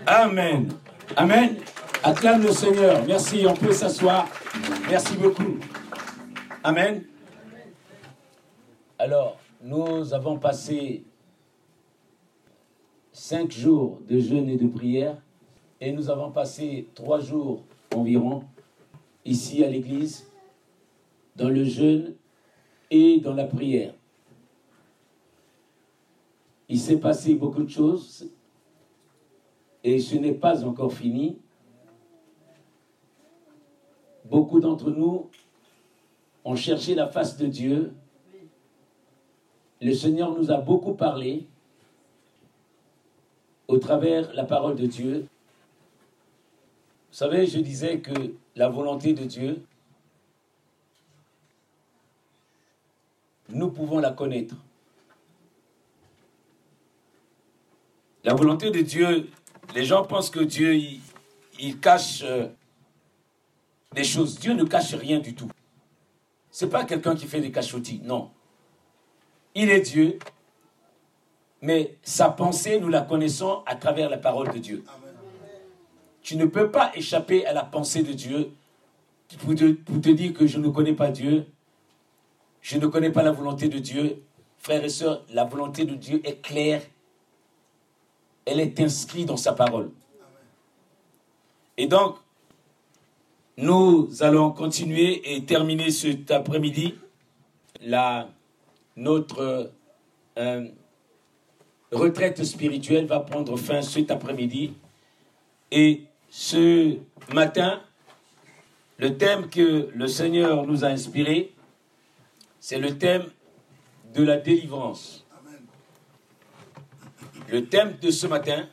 Amen. Amen. Acclame le Seigneur. Merci, on peut s'asseoir. Merci beaucoup. Amen. Alors, nous avons passé 5 jours de jeûne et de prière et nous avons passé 3 jours environ ici à l'église dans le jeûne et dans la prière. Il s'est passé beaucoup de choses et ce n'est pas encore fini. Beaucoup d'entre nous ont cherché la face de Dieu. Le Seigneur nous a beaucoup parlé au travers la parole de Dieu. Vous savez, je disais que la volonté de Dieu, nous pouvons la connaître. La volonté de Dieu, les gens pensent que Dieu, il cache des choses. Dieu ne cache rien du tout. Ce n'est pas quelqu'un qui fait des cachottis, non. Il est Dieu, mais sa pensée, nous la connaissons à travers la parole de Dieu. Amen. Tu ne peux pas échapper à la pensée de Dieu pour te dire que je ne connais pas Dieu, je ne connais pas la volonté de Dieu. Frères et sœurs, la volonté de Dieu est claire. Elle est inscrite dans sa parole. Amen. Et donc, nous allons continuer et terminer cet après-midi notre retraite spirituelle va prendre fin cet après-midi. Et ce matin, le thème que le Seigneur nous a inspiré, c'est le thème de la délivrance. Amen. Le thème de ce matin,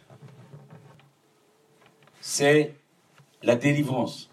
c'est la délivrance.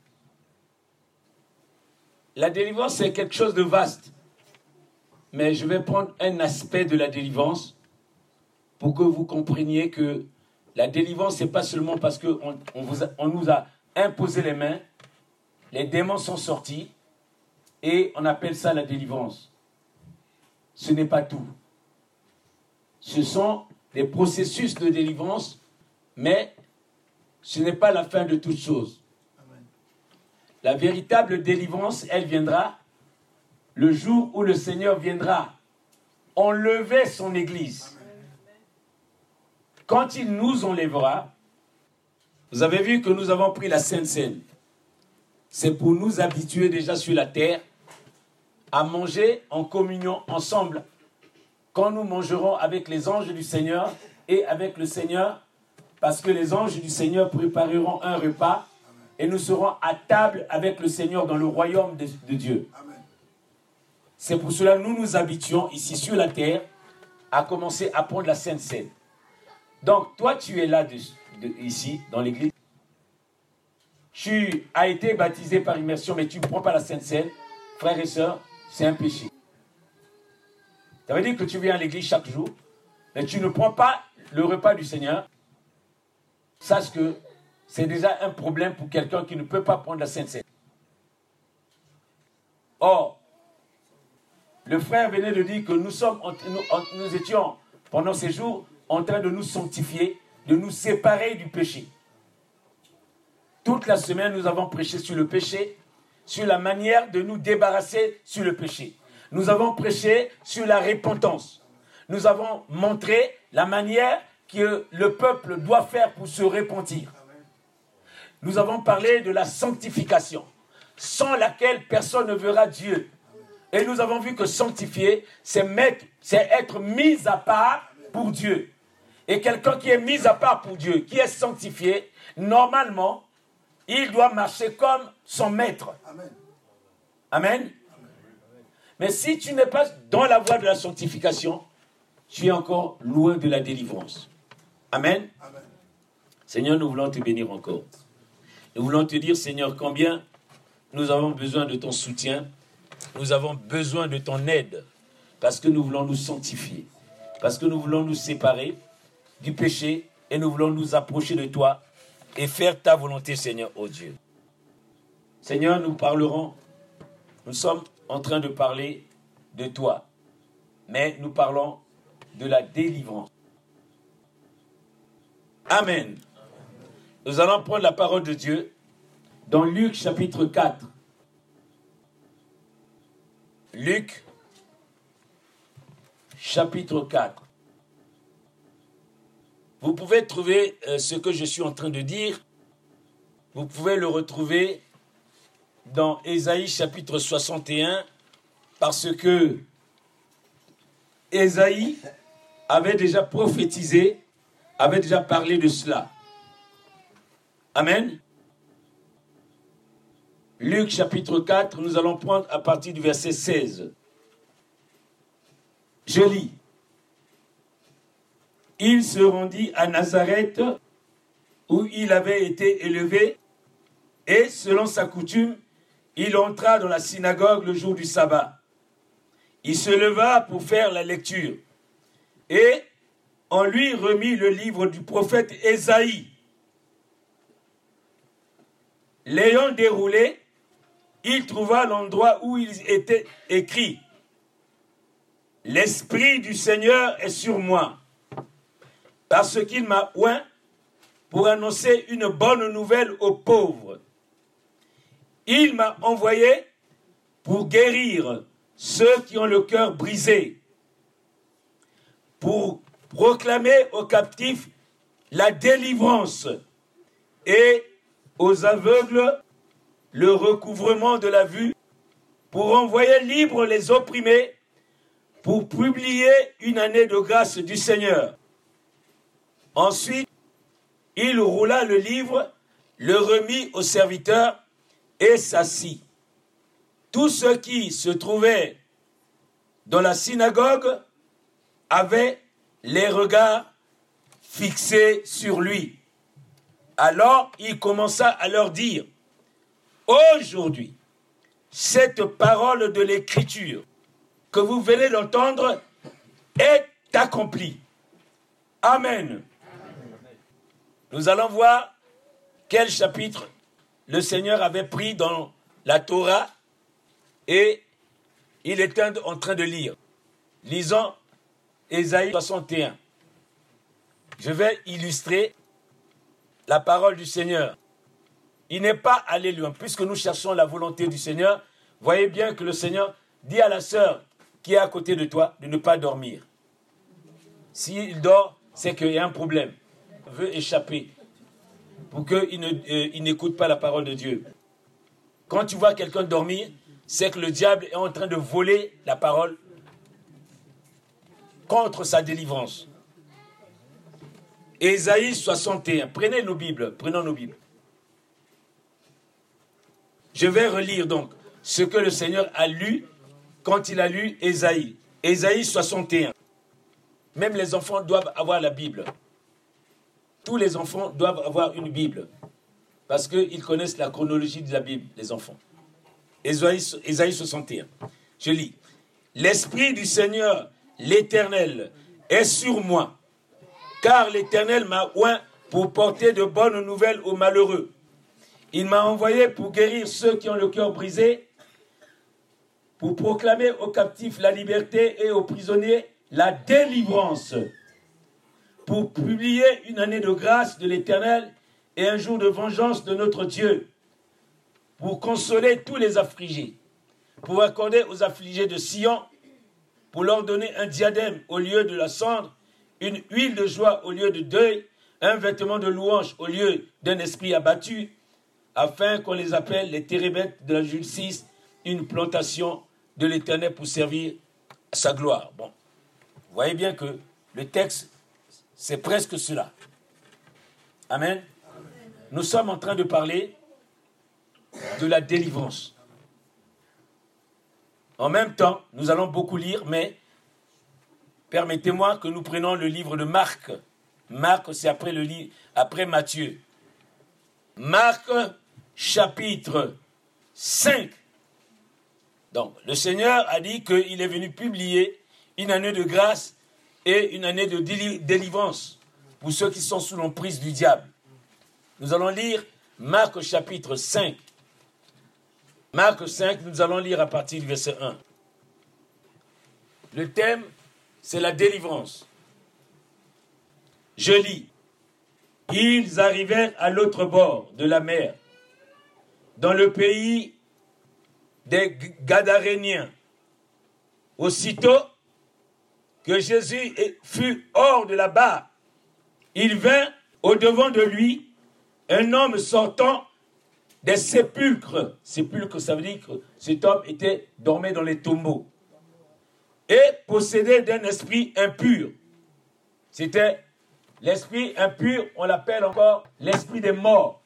La délivrance, c'est quelque chose de vaste. Mais je vais prendre un aspect de la délivrance pour que vous compreniez que la délivrance, ce n'est pas seulement parce qu'on nous a imposé les mains, les démons sont sortis et on appelle ça la délivrance. Ce n'est pas tout. Ce sont des processus de délivrance, mais ce n'est pas la fin de toute chose. Amen. La véritable délivrance, elle viendra le jour où le Seigneur viendra enlever son Église. Amen. Quand il nous enlèvera, vous avez vu que nous avons pris la Sainte Seine. C'est pour nous habituer déjà sur la terre à manger en communion ensemble. Quand nous mangerons avec les anges du Seigneur et avec le Seigneur, parce que les anges du Seigneur prépareront un repas et nous serons à table avec le Seigneur dans le royaume de Dieu. Amen. C'est pour cela que nous nous habituons ici sur la terre à commencer à prendre la Sainte Seine. Donc, toi, tu es là ici, dans l'église. Tu as été baptisé par immersion, mais tu ne prends pas la Sainte Seine. Frères et sœurs, c'est un péché. Ça veut dire que tu viens à l'église chaque jour, mais tu ne prends pas le repas du Seigneur. Sache que c'est déjà un problème pour quelqu'un qui ne peut pas prendre la Sainte Seine. Or, le frère venait de dire que nous étions, pendant ces jours, en train de nous sanctifier, de nous séparer du péché. Toute la semaine, nous avons prêché sur le péché, sur la manière de nous débarrasser sur le péché. Nous avons prêché sur la repentance. Nous avons montré la manière que le peuple doit faire pour se repentir. Nous avons parlé de la sanctification, sans laquelle personne ne verra Dieu. Et nous avons vu que sanctifier, c'est être mis à part pour Dieu. Et quelqu'un qui est mis à part pour Dieu, qui est sanctifié, normalement, il doit marcher comme son maître. Amen. Amen. Mais si tu n'es pas dans la voie de la sanctification, tu es encore loin de la délivrance. Amen. Amen. Seigneur, nous voulons te bénir encore. Nous voulons te dire, Seigneur, combien nous avons besoin de ton soutien. Nous avons besoin de ton aide. Parce que nous voulons nous sanctifier. Parce que nous voulons nous séparer du péché. Et nous voulons nous approcher de toi. Et faire ta volonté, Seigneur, ô Dieu. Seigneur, nous parlerons. Nous sommes en train de parler de toi. Mais nous parlons de la délivrance. Amen. Nous allons prendre la parole de Dieu dans Luc chapitre 4. Luc chapitre 4. Vous pouvez trouver ce que je suis en train de dire. Vous pouvez le retrouver dans Ésaïe chapitre 61 parce que Ésaïe avait déjà prophétisé, avait déjà parlé de cela. Amen. Luc chapitre 4, nous allons prendre à partir du verset 16. Je lis. Il se rendit à Nazareth où il avait été élevé et selon sa coutume, il entra dans la synagogue le jour du sabbat. Il se leva pour faire la lecture et on lui remit le livre du prophète Ésaïe. L'ayant déroulé, il trouva l'endroit où il était écrit « L'Esprit du Seigneur est sur moi, parce qu'il m'a oint pour annoncer une bonne nouvelle aux pauvres. Il m'a envoyé pour guérir ceux qui ont le cœur brisé, pour proclamer aux captifs la délivrance et aux aveugles le recouvrement de la vue, pour envoyer libres les opprimés, pour publier une année de grâce du Seigneur. » Ensuite, il roula le livre, le remit au serviteur et s'assit. Tous ceux qui se trouvaient dans la synagogue avaient les regards fixés sur lui. Alors il commença à leur dire « Aujourd'hui, cette parole de l'Écriture que vous venez d'entendre est accomplie. » Amen. Nous allons voir quel chapitre le Seigneur avait pris dans la Torah et il était en train de lire. Lisons Ésaïe 61. Je vais illustrer la parole du Seigneur. Il n'est pas allé loin. Puisque nous cherchons la volonté du Seigneur, voyez bien que le Seigneur dit à la sœur qui est à côté de toi de ne pas dormir. S'il dort, c'est qu'il y a un problème. Il veut échapper pour qu'il n'écoute pas la parole de Dieu. Quand tu vois quelqu'un dormir, c'est que le diable est en train de voler la parole contre sa délivrance. Ésaïe 61. Prenons nos Bibles. Je vais relire donc ce que le Seigneur a lu quand il a lu Ésaïe. Ésaïe 61. Même les enfants doivent avoir la Bible. Tous les enfants doivent avoir une Bible. Parce qu'ils connaissent la chronologie de la Bible, les enfants. Ésaïe 61. Je lis. L'Esprit du Seigneur, l'Éternel, est sur moi. Car l'Éternel m'a oint pour porter de bonnes nouvelles aux malheureux. Il m'a envoyé pour guérir ceux qui ont le cœur brisé, pour proclamer aux captifs la liberté et aux prisonniers la délivrance, pour publier une année de grâce de l'Éternel et un jour de vengeance de notre Dieu, pour consoler tous les affligés, pour accorder aux affligés de Sion, pour leur donner un diadème au lieu de la cendre, une huile de joie au lieu de deuil, un vêtement de louange au lieu d'un esprit abattu, afin qu'on les appelle les térébètes de la justice, une plantation de l'Éternel pour servir à sa gloire. Bon, vous voyez bien que le texte, c'est presque cela. Amen. Nous sommes en train de parler de la délivrance. En même temps, nous allons beaucoup lire, mais permettez-moi que nous prenions le livre de Marc. Marc, c'est après Matthieu. Marc, chapitre 5. Donc, le Seigneur a dit qu'il est venu publier une année de grâce et une année de délivrance pour ceux qui sont sous l'emprise du diable. Nous allons lire Marc, chapitre 5. Marc 5, nous allons lire à partir du verset 1. Le thème, c'est la délivrance. Je lis. Ils arrivèrent à l'autre bord de la mer, dans le pays des Gadaréniens. Aussitôt que Jésus fut hors de là-bas, il vint au-devant de lui un homme sortant des sépulcres. Sépulcre, ça veut dire que cet homme dormait dans les tombeaux et possédait d'un esprit impur. C'était l'esprit impur, on l'appelle encore l'esprit des morts.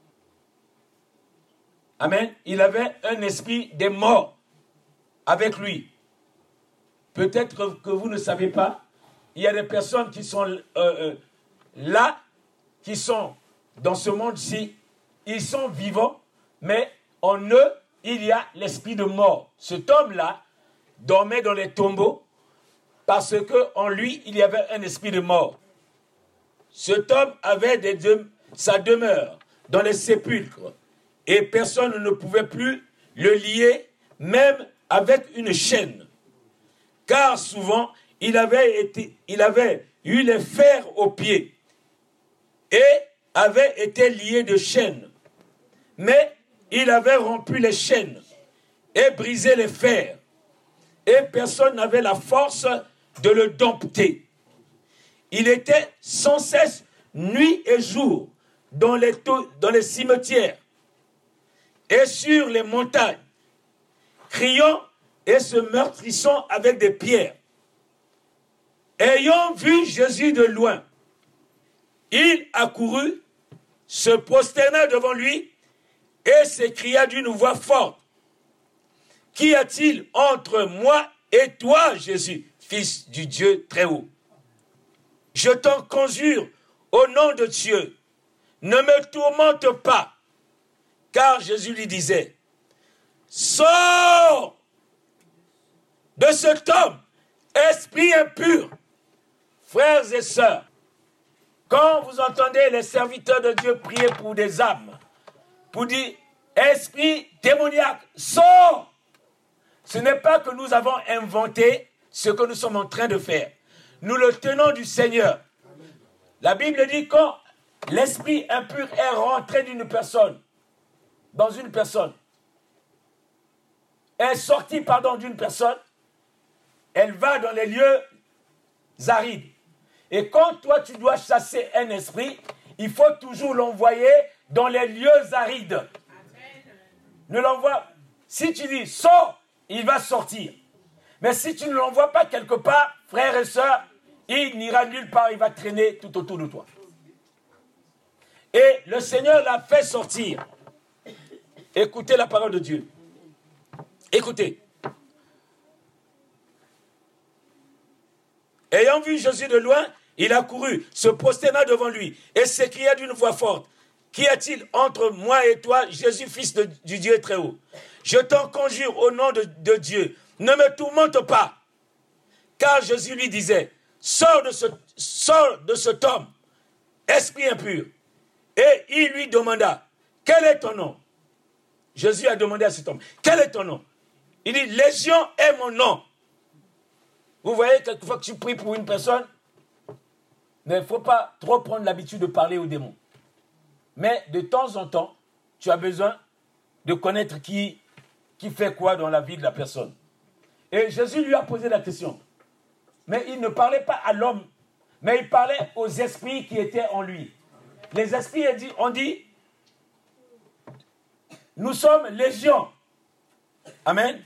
Amen. Il avait un esprit des morts avec lui. Peut-être que vous ne savez pas, il y a des personnes qui sont là, qui sont dans ce monde-ci, ils sont vivants, mais en eux, il y a l'esprit de mort. Cet homme-là dormait dans les tombeaux parce qu'en lui, il y avait un esprit de mort. Cet homme avait sa demeure dans les sépulcres et personne ne pouvait plus le lier, même avec une chaîne. Car souvent, il avait eu les fers aux pieds et avait été lié de chaînes. Mais il avait rompu les chaînes et brisé les fers. Et personne n'avait la force de le dompter. Il était sans cesse, nuit et jour, dans les cimetières et sur les montagnes, criant et se meurtrissant avec des pierres. Ayant vu Jésus de loin, il accourut, se prosterna devant lui et s'écria d'une voix forte: Qu'y a-t-il entre moi et toi, Jésus, Fils du Dieu très haut? Je t'en conjure au nom de Dieu, ne me tourmente pas. Car Jésus lui disait: Sors de cet homme, esprit impur. Frères et sœurs, quand vous entendez les serviteurs de Dieu prier pour des âmes, pour dire esprit démoniaque, sors, ce n'est pas que nous avons inventé ce que nous sommes en train de faire. Nous le tenons du Seigneur. La Bible dit quand l'esprit impur est rentré dans une personne, est sorti, d'une personne, elle va dans les lieux arides. Et quand toi, tu dois chasser un esprit, il faut toujours l'envoyer dans les lieux arides. Amen. Ne l'envoie. Si tu dis, sors, il va sortir. Mais si tu ne l'envoies pas quelque part, frères et sœurs, il n'ira nulle part, il va traîner tout autour de toi. Et le Seigneur l'a fait sortir. Écoutez la parole de Dieu. Écoutez. Ayant vu Jésus de loin, il accourut, se prosterna devant lui et s'écria d'une voix forte: Qu'y a-t-il entre moi et toi, Jésus, Fils du Dieu très haut? Je t'en conjure au nom de Dieu, ne me tourmente pas. Car Jésus lui disait: Sors de cet homme, esprit impur. Et il lui demanda: Quel est ton nom? Jésus a demandé à cet homme: Quel est ton nom? Il dit: Légion est mon nom. Vous voyez, quelquefois que tu pries pour une personne, mais il ne faut pas trop prendre l'habitude de parler aux démons. Mais de temps en temps, tu as besoin de connaître qui fait quoi dans la vie de la personne. Et Jésus lui a posé la question. Mais il ne parlait pas à l'homme, mais il parlait aux esprits qui étaient en lui. Les esprits ont dit, nous sommes légion. Amen.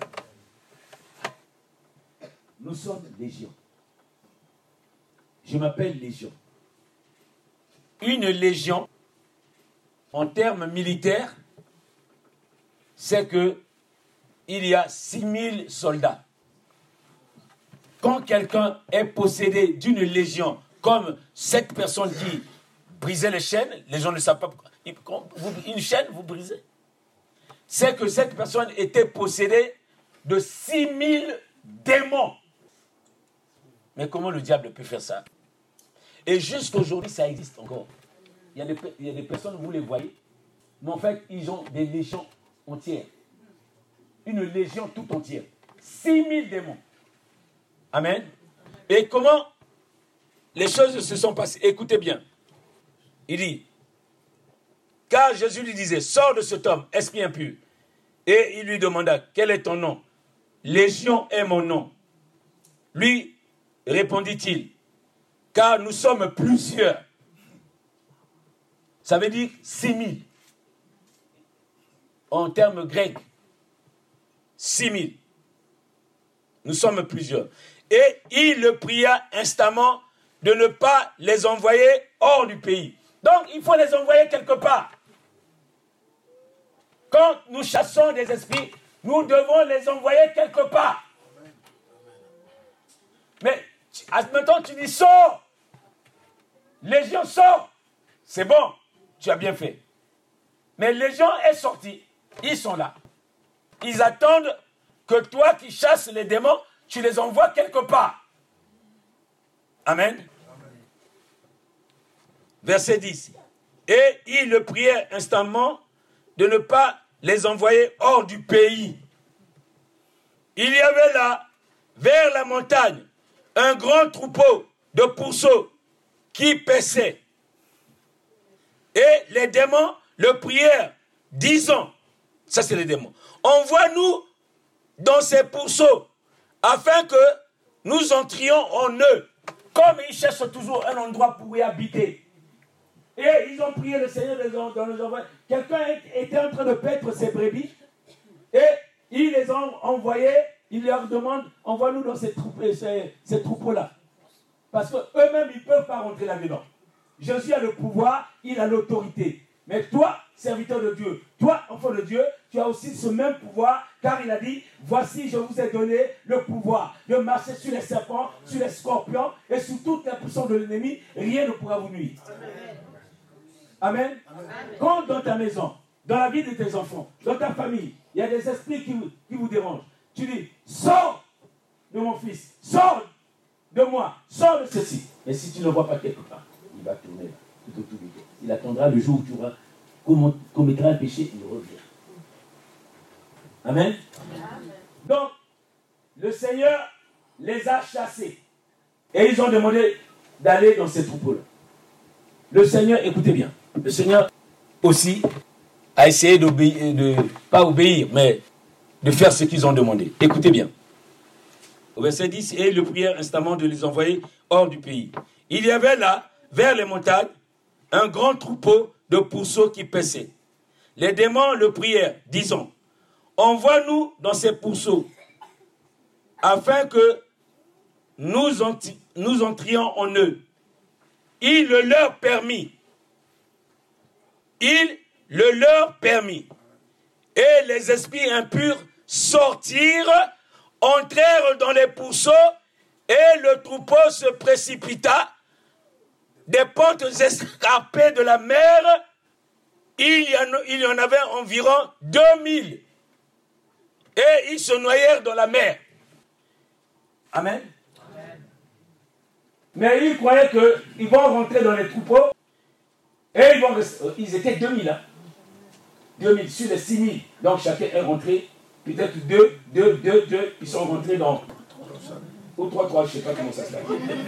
Nous sommes légion. Je m'appelle légion. Une légion, en termes militaires, c'est que il y a 6000 soldats. Quand quelqu'un est possédé d'une légion, comme cette personne qui brisait les chaînes, les gens ne savent pas pourquoi. Une chaîne, vous brisez. C'est que cette personne était possédée de 6000 démons. Mais comment le diable peut faire ça? Et jusqu'aujourd'hui, ça existe encore. Il y a des personnes, vous les voyez, mais en fait, ils ont des légions entières. Une légion tout entière. 6000 démons. Amen. Et comment les choses se sont passées? Écoutez bien. il dit, car Jésus lui disait, sors de cet homme, esprit impur. Et il lui demanda, quel est ton nom? Légion est mon nom. Lui répondit-il, car nous sommes plusieurs. Ça veut dire 6000. En termes grecs, 6000. Nous sommes plusieurs. Et il le pria instamment de ne pas les envoyer hors du pays. Donc, il faut les envoyer quelque part. Quand nous chassons des esprits, nous devons les envoyer quelque part. Mais, maintenant, tu dis, sors. Légion sort. C'est bon, tu as bien fait. Mais Légion est sorti. Ils sont là. Ils attendent que toi qui chasses les démons, tu les envoies quelque part. Amen. Verset 10. Et il le priait instamment de ne pas les envoyer hors du pays. Il y avait là, vers la montagne, un grand troupeau de pourceaux qui paissaient. Et les démons le prièrent, disant, ça c'est les démons, envoie-nous dans ces pourceaux, afin que nous entrions en eux, comme ils cherchent toujours un endroit pour y habiter. Et ils ont prié le Seigneur dans les envois. Quelqu'un était en train de paître ses brebis, et ils les ont envoyés, ils leur demandent, envoie-nous dans ces troupeaux-là. Parce qu'eux-mêmes, ils ne peuvent pas rentrer là-dedans. Jésus a le pouvoir, il a l'autorité. Mais toi, serviteur de Dieu, toi, enfant de Dieu, tu as aussi ce même pouvoir, car il a dit, voici, je vous ai donné le pouvoir de marcher sur les serpents, sur les scorpions et sur toute la puissance de l'ennemi, rien ne pourra vous nuire. Amen. Amen. Quand dans ta maison, dans la vie de tes enfants, dans ta famille, il y a des esprits qui vous dérangent, tu dis, sors de mon fils, sors de moi, sors de ceci. Mais si tu ne le vois pas quelque part, il va tourner là, tout autour de toi. Il attendra le jour où tu commettras un péché, il revient. Amen. Amen. Donc, le Seigneur les a chassés. Et ils ont demandé d'aller dans ces troupeaux-là. Le Seigneur, écoutez bien, le Seigneur aussi a essayé pas obéir, mais de faire ce qu'ils ont demandé. Écoutez bien. Au verset 10, et ils le prièrent instamment de les envoyer hors du pays. Il y avait là, vers les montagnes, un grand troupeau de pourceaux qui paissaient. Les démons le prièrent, disant, envoie-nous dans ces pourceaux, afin que nous entrions en eux. Il le leur permit. Il le leur permit. Et les esprits impurs sortirent, entrèrent dans les pourceaux, et le troupeau se précipita des pentes escarpées de la mer. Il y en avait environ 2000. Et ils se noyèrent dans la mer. Amen. Mais ils croyaient qu'ils vont rentrer dans les troupeaux et ils vont rester. Ils étaient 2000, hein. 2000 sur les 6000. Donc chacun est rentré, peut-être 2, ils sont rentrés dans. Ou 3, je ne sais pas comment ça se passe.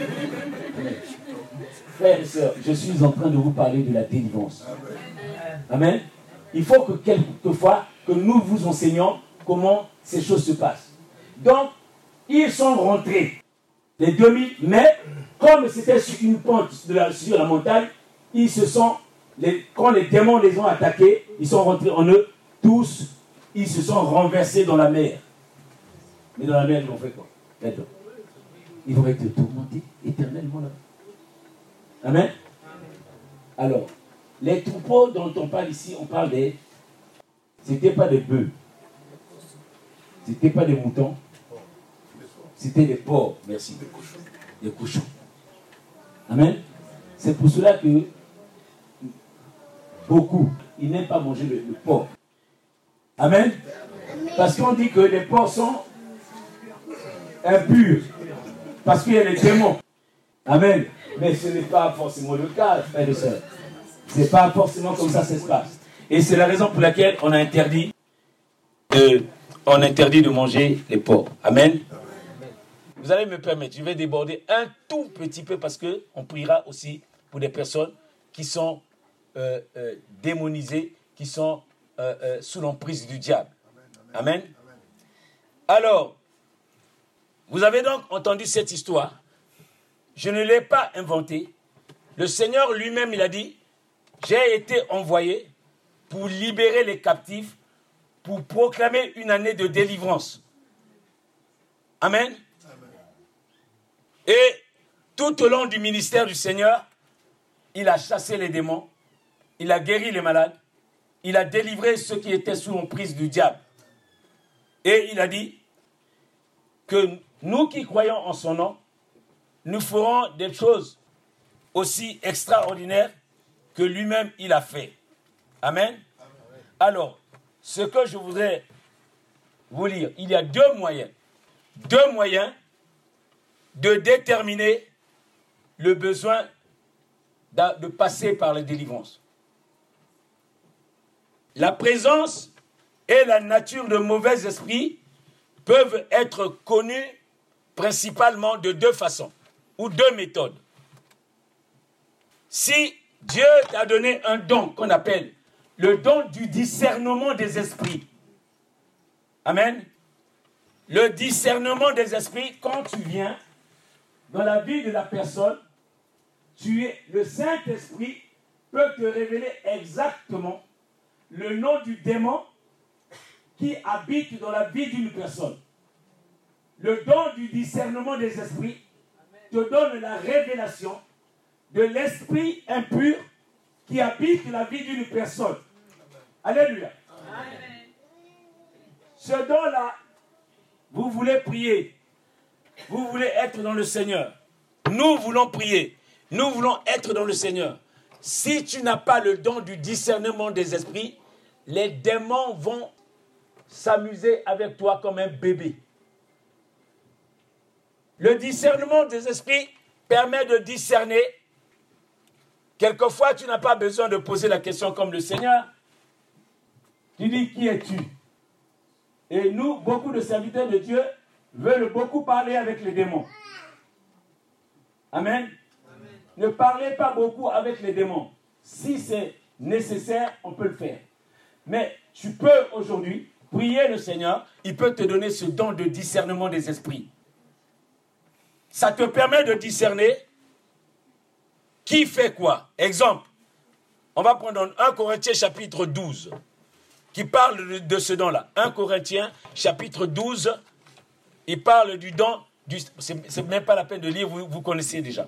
Frères et sœurs, je suis en train de vous parler de la délivrance. Amen. Il faut que quelquefois, que nous vous enseignons comment ces choses se passent. Donc, ils sont rentrés, les 2000, mais comme c'était sur une pente sur la montagne, quand les démons les ont attaqués, ils sont rentrés en eux, tous, ils se sont renversés dans la mer. Mais dans la mer, ils ont fait quoi? Là-dedans. Ils vont être tourmentés éternellement là. Amen. Alors, les troupeaux dont on parle ici, on parle des... C'était pas des bœufs. C'était pas des moutons. C'était des porcs, merci. Des cochons. Amen. C'est pour cela que beaucoup, ils n'aiment pas manger le porc. Amen. Parce qu'on dit que les porcs sont impurs. Parce qu'il y a les démons. Amen. Mais ce n'est pas forcément le cas, frères et sœurs. Ce n'est pas forcément comme ça se passe. Et c'est la raison pour laquelle on a interdit de manger les porcs. Amen. Vous allez me permettre, je vais déborder un tout petit peu parce qu'on priera aussi pour des personnes qui sont démonisés, qui sont sous l'emprise du diable. Amen. Alors, vous avez donc entendu cette histoire. Je ne l'ai pas inventée. Le Seigneur lui-même, il a dit, j'ai été envoyé pour libérer les captifs, pour proclamer une année de délivrance. Amen. Et tout au long du ministère du Seigneur, il a chassé les démons, il a guéri les malades, il a délivré ceux qui étaient sous l'emprise du diable. Et il a dit que nous qui croyons en son nom, nous ferons des choses aussi extraordinaires que lui-même il a fait. Amen. Alors, ce que je voudrais vous lire, il y a deux moyens de déterminer le besoin de passer par la délivrance. La présence et la nature de mauvais esprits peuvent être connues principalement de deux façons ou deux méthodes. Si Dieu t'a donné un don qu'on appelle le don du discernement des esprits. Amen. Le discernement des esprits, quand tu viens dans la vie de la personne, le Saint-Esprit peut te révéler exactement le nom du démon qui habite dans la vie d'une personne. Le don du discernement des esprits te donne la révélation de l'esprit impur qui habite la vie d'une personne. Alléluia. Amen. Ce don-là, vous voulez prier, vous voulez être dans le Seigneur. Nous voulons prier, nous voulons être dans le Seigneur. Si tu n'as pas le don du discernement des esprits, les démons vont s'amuser avec toi comme un bébé. Le discernement des esprits permet de discerner. Quelquefois, tu n'as pas besoin de poser la question comme le Seigneur. Tu dis, qui es-tu? Et nous, beaucoup de serviteurs de Dieu, veulent beaucoup parler avec les démons. Amen. Amen. Ne parlez pas beaucoup avec les démons. Si c'est nécessaire, on peut le faire. Mais tu peux aujourd'hui prier le Seigneur. Il peut te donner ce don de discernement des esprits. Ça te permet de discerner qui fait quoi. Exemple, on va prendre 1 Corinthiens chapitre 12, qui parle de ce don-là. 1 Corinthiens chapitre 12, il parle du don, c'est même pas la peine de lire, vous connaissez déjà.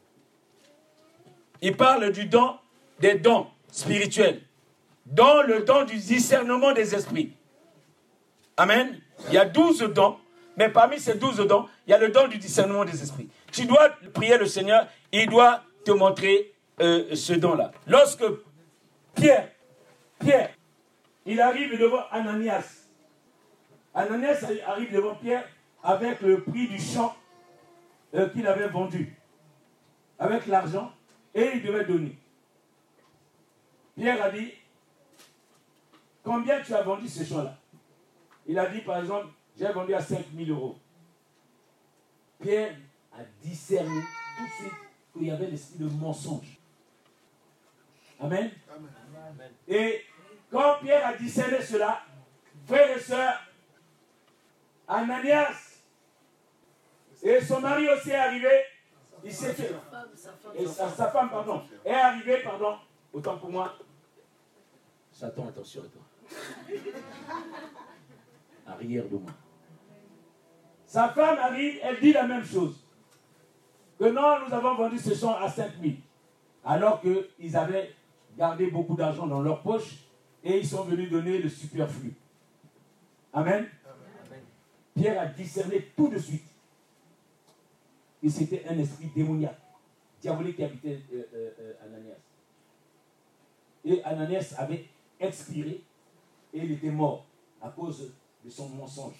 Il parle du don, des dons spirituels, dont le don du discernement des esprits. Amen. Il y a 12 dons, mais parmi ces 12 dons, il y a le don du discernement des esprits. Tu dois prier le Seigneur, il doit te montrer ce don-là. Lorsque Pierre, il arrive devant Ananias. Ananias arrive devant Pierre avec le prix du champ qu'il avait vendu, avec l'argent, et il devait donner. Pierre a dit, combien tu as vendu ce champ-là? Il a dit, par exemple, j'ai vendu à 5 000 euros. Pierre a discerné tout de suite qu'il y avait l'esprit de mensonge. Amen. Amen. Et quand Pierre a discerné cela, frères et sœurs, Ananias et son mari aussi est arrivé, il s'est fait, et sa femme, pardon, est arrivée, pardon, autant pour moi. Satan, attention à toi. Arrière de moi. Sa femme arrive, elle dit la même chose. Que non, nous avons vendu ce champ à 5 000. Alors qu'ils avaient gardé beaucoup d'argent dans leur poche et ils sont venus donner le superflu. Amen. Amen. Pierre a discerné tout de suite que c'était un esprit démoniaque, diabolique qui habitait Ananias. Et Ananias avait expiré et il était mort à cause de son mensonge.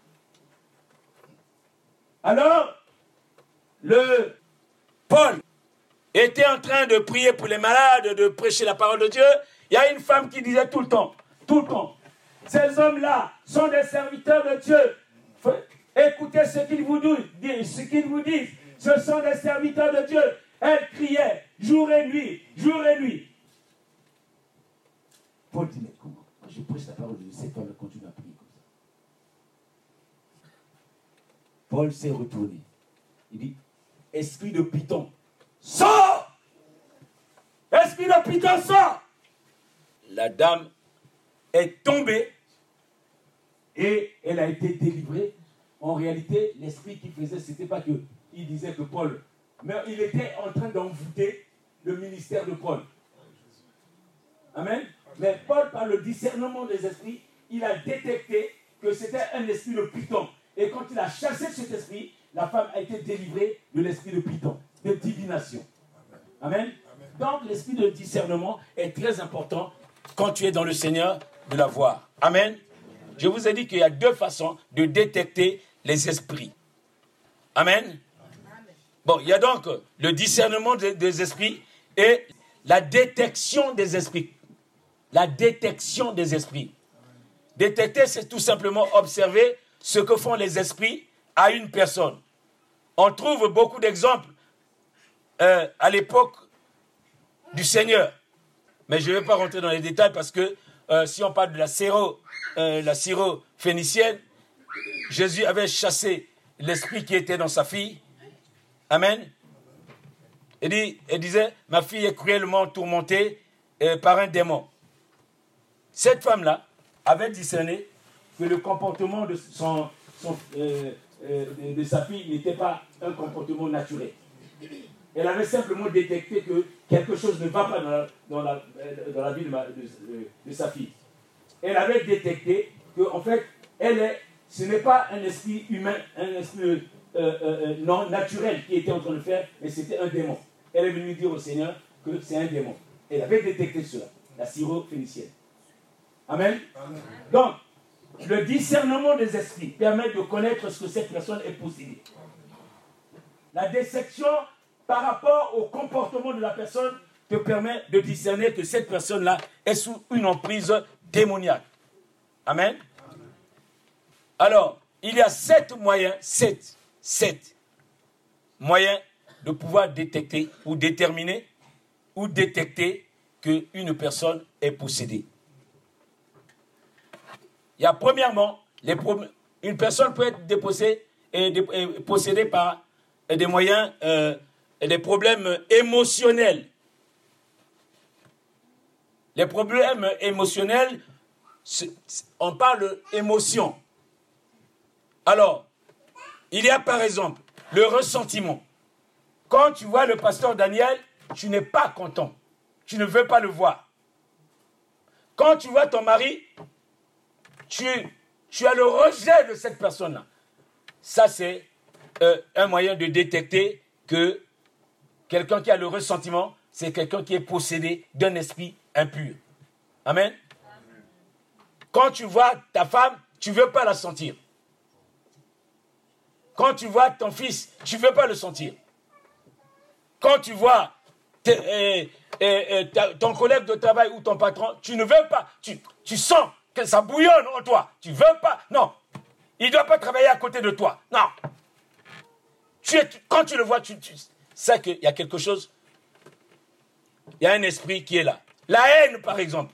Alors, Paul était en train de prier pour les malades, de prêcher la parole de Dieu. Il y a une femme qui disait tout le temps, ces hommes-là sont des serviteurs de Dieu. Écoutez ce qu'ils vous disent, ce sont des serviteurs de Dieu. Elle criait, jour et nuit, jour et nuit. Paul dit, mais comment? Je prêche la parole de Dieu, cette femme continue à prier comme ça. Paul s'est retourné. Il dit, esprit de Python, sors! Esprit de Python, sors! La dame est tombée et elle a été délivrée. En réalité, l'esprit qu'il faisait, ce n'était pas qu'il disait que Paul, mais il était en train d'envoûter le ministère de Paul. Amen. Mais Paul, par le discernement des esprits, il a détecté que c'était un esprit de Python. Et quand il a chassé cet esprit, la femme a été délivrée de l'esprit de Python, de divination. Amen. Donc l'esprit de discernement est très important quand tu es dans le Seigneur de l'avoir. Amen. Je vous ai dit qu'il y a deux façons de détecter les esprits. Amen. Bon, il y a donc le discernement des esprits et la détection des esprits. La détection des esprits. Détecter, c'est tout simplement observer ce que font les esprits à une personne. On trouve beaucoup d'exemples à l'époque du Seigneur. Mais je ne vais pas rentrer dans les détails parce que si on parle de la syro-phénicienne, Jésus avait chassé l'esprit qui était dans sa fille. Amen. Elle disait, ma fille est cruellement tourmentée par un démon. Cette femme-là avait discerné que le comportement de sa fille n'était pas un comportement naturel. Elle avait simplement détecté que quelque chose ne va pas dans la vie de sa fille. Elle avait détecté que, en fait, ce n'est pas un esprit humain, un esprit non naturel qui était en train de faire, mais c'était un démon. Elle est venue dire au Seigneur que c'est un démon. Elle avait détecté cela, la syro-phénicienne. Amen. Amen. Donc, le discernement des esprits permet de connaître ce que cette personne est possédée. La détection par rapport au comportement de la personne te permet de discerner que cette personne-là est sous une emprise démoniaque. Amen. Amen. Alors, il y a 7 moyens de pouvoir détecter ou déterminer ou détecter qu'une personne est possédée. Il y a premièrement, une personne peut être possédée par des moyens, des problèmes émotionnels. Les problèmes émotionnels, on parle d'émotion. Alors, il y a par exemple le ressentiment. Quand tu vois le pasteur Daniel, tu n'es pas content. Tu ne veux pas le voir. Quand tu vois ton mari, tu as le rejet de cette personne-là. Ça, c'est un moyen de détecter que quelqu'un qui a le ressentiment, c'est quelqu'un qui est possédé d'un esprit impur. Amen. Quand tu vois ta femme, tu ne veux pas la sentir. Quand tu vois ton fils, tu ne veux pas le sentir. Quand tu vois ton collègue de travail ou ton patron, tu ne veux pas. Tu sens que ça bouillonne en toi. Tu ne veux pas. Non. Il ne doit pas travailler à côté de toi. Non. Quand tu le vois, tu sais qu'il y a quelque chose. Il y a un esprit qui est là. La haine, par exemple.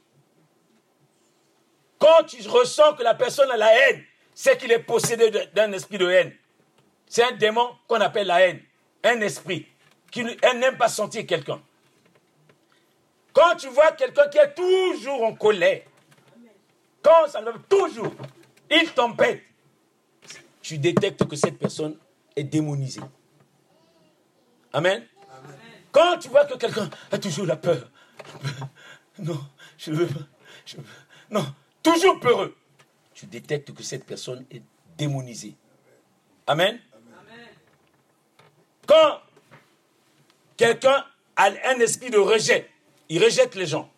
Quand tu ressens que la personne a la haine, c'est qu'il est possédé d'un esprit de haine. C'est un démon qu'on appelle la haine. Un esprit. Elle n'aime pas sentir quelqu'un. Quand tu vois quelqu'un qui est toujours en colère, quand ça le toujours, il t'embête, tu détectes que cette personne est démonisée. Amen. Amen. Quand tu vois que quelqu'un a toujours la peur, non, je veux pas, non, toujours peureux, tu détectes que cette personne est démonisée. Amen. Amen. Quand quelqu'un a un esprit de rejet, il rejette les gens.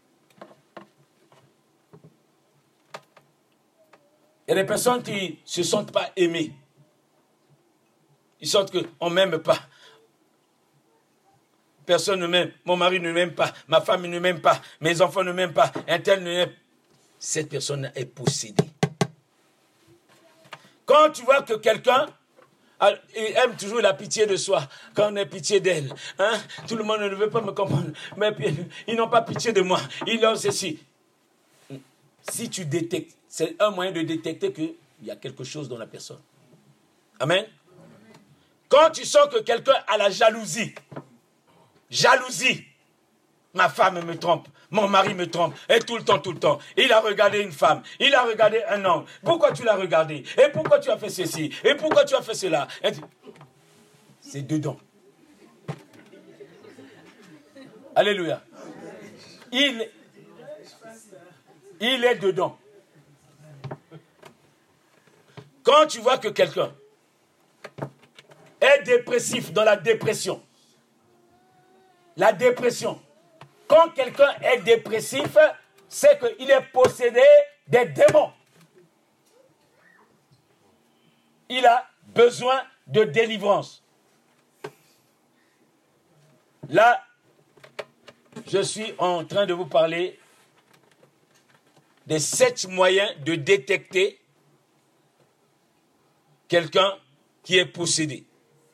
Il y a des personnes qui ne se sentent pas aimées. Ils sentent qu'on ne m'aime pas. Personne ne m'aime. Mon mari ne m'aime pas. Ma femme ne m'aime pas. Mes enfants ne m'aiment pas. Un tel ne m'aime pas. Cette personne est possédée. Quand tu vois que quelqu'un Ils aiment toujours la pitié de soi, quand on a pitié d'elle. Hein? Tout le monde ne veut pas me comprendre. Mais ils n'ont pas pitié de moi. Ils ont ceci. Si tu détectes, c'est un moyen de détecter qu'il y a quelque chose dans la personne. Amen. Quand tu sens que quelqu'un a la jalousie, ma femme me trompe, mon mari me trompe, et tout le temps, il a regardé une femme, il a regardé un homme, pourquoi tu l'as regardé, et pourquoi tu as fait ceci, et pourquoi tu as fait cela, c'est dedans. Alléluia. Il est dedans. Quand tu vois que quelqu'un est dépressif dans la dépression, quand quelqu'un est dépressif, c'est qu'il est possédé des démons. Il a besoin de délivrance. Là, je suis en train de vous parler des 7 moyens de détecter quelqu'un qui est possédé.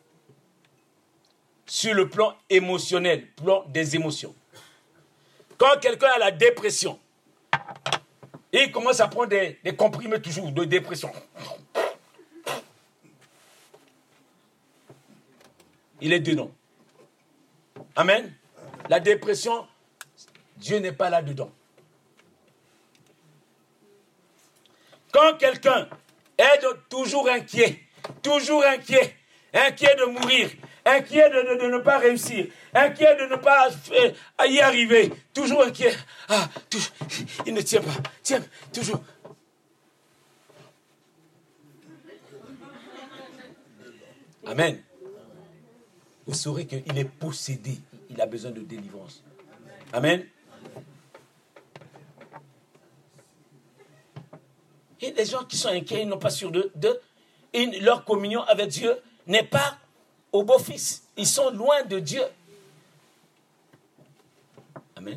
Sur le plan émotionnel, plan des émotions. Quand quelqu'un a la dépression, il commence à prendre des comprimés toujours de dépression. Il est dedans. Amen. La dépression, Dieu n'est pas là-dedans. Quand quelqu'un est toujours inquiet de mourir, inquiet de ne pas réussir, inquiet de ne pas y arriver, toujours inquiet. Il ne tient pas, tiens, toujours. Amen. Vous saurez qu'il est possédé, il a besoin de délivrance. Amen. Et les gens qui sont inquiets, ils n'ont pas sûr leur communion avec Dieu n'est pas au beau-fils. Ils sont loin de Dieu. Amen.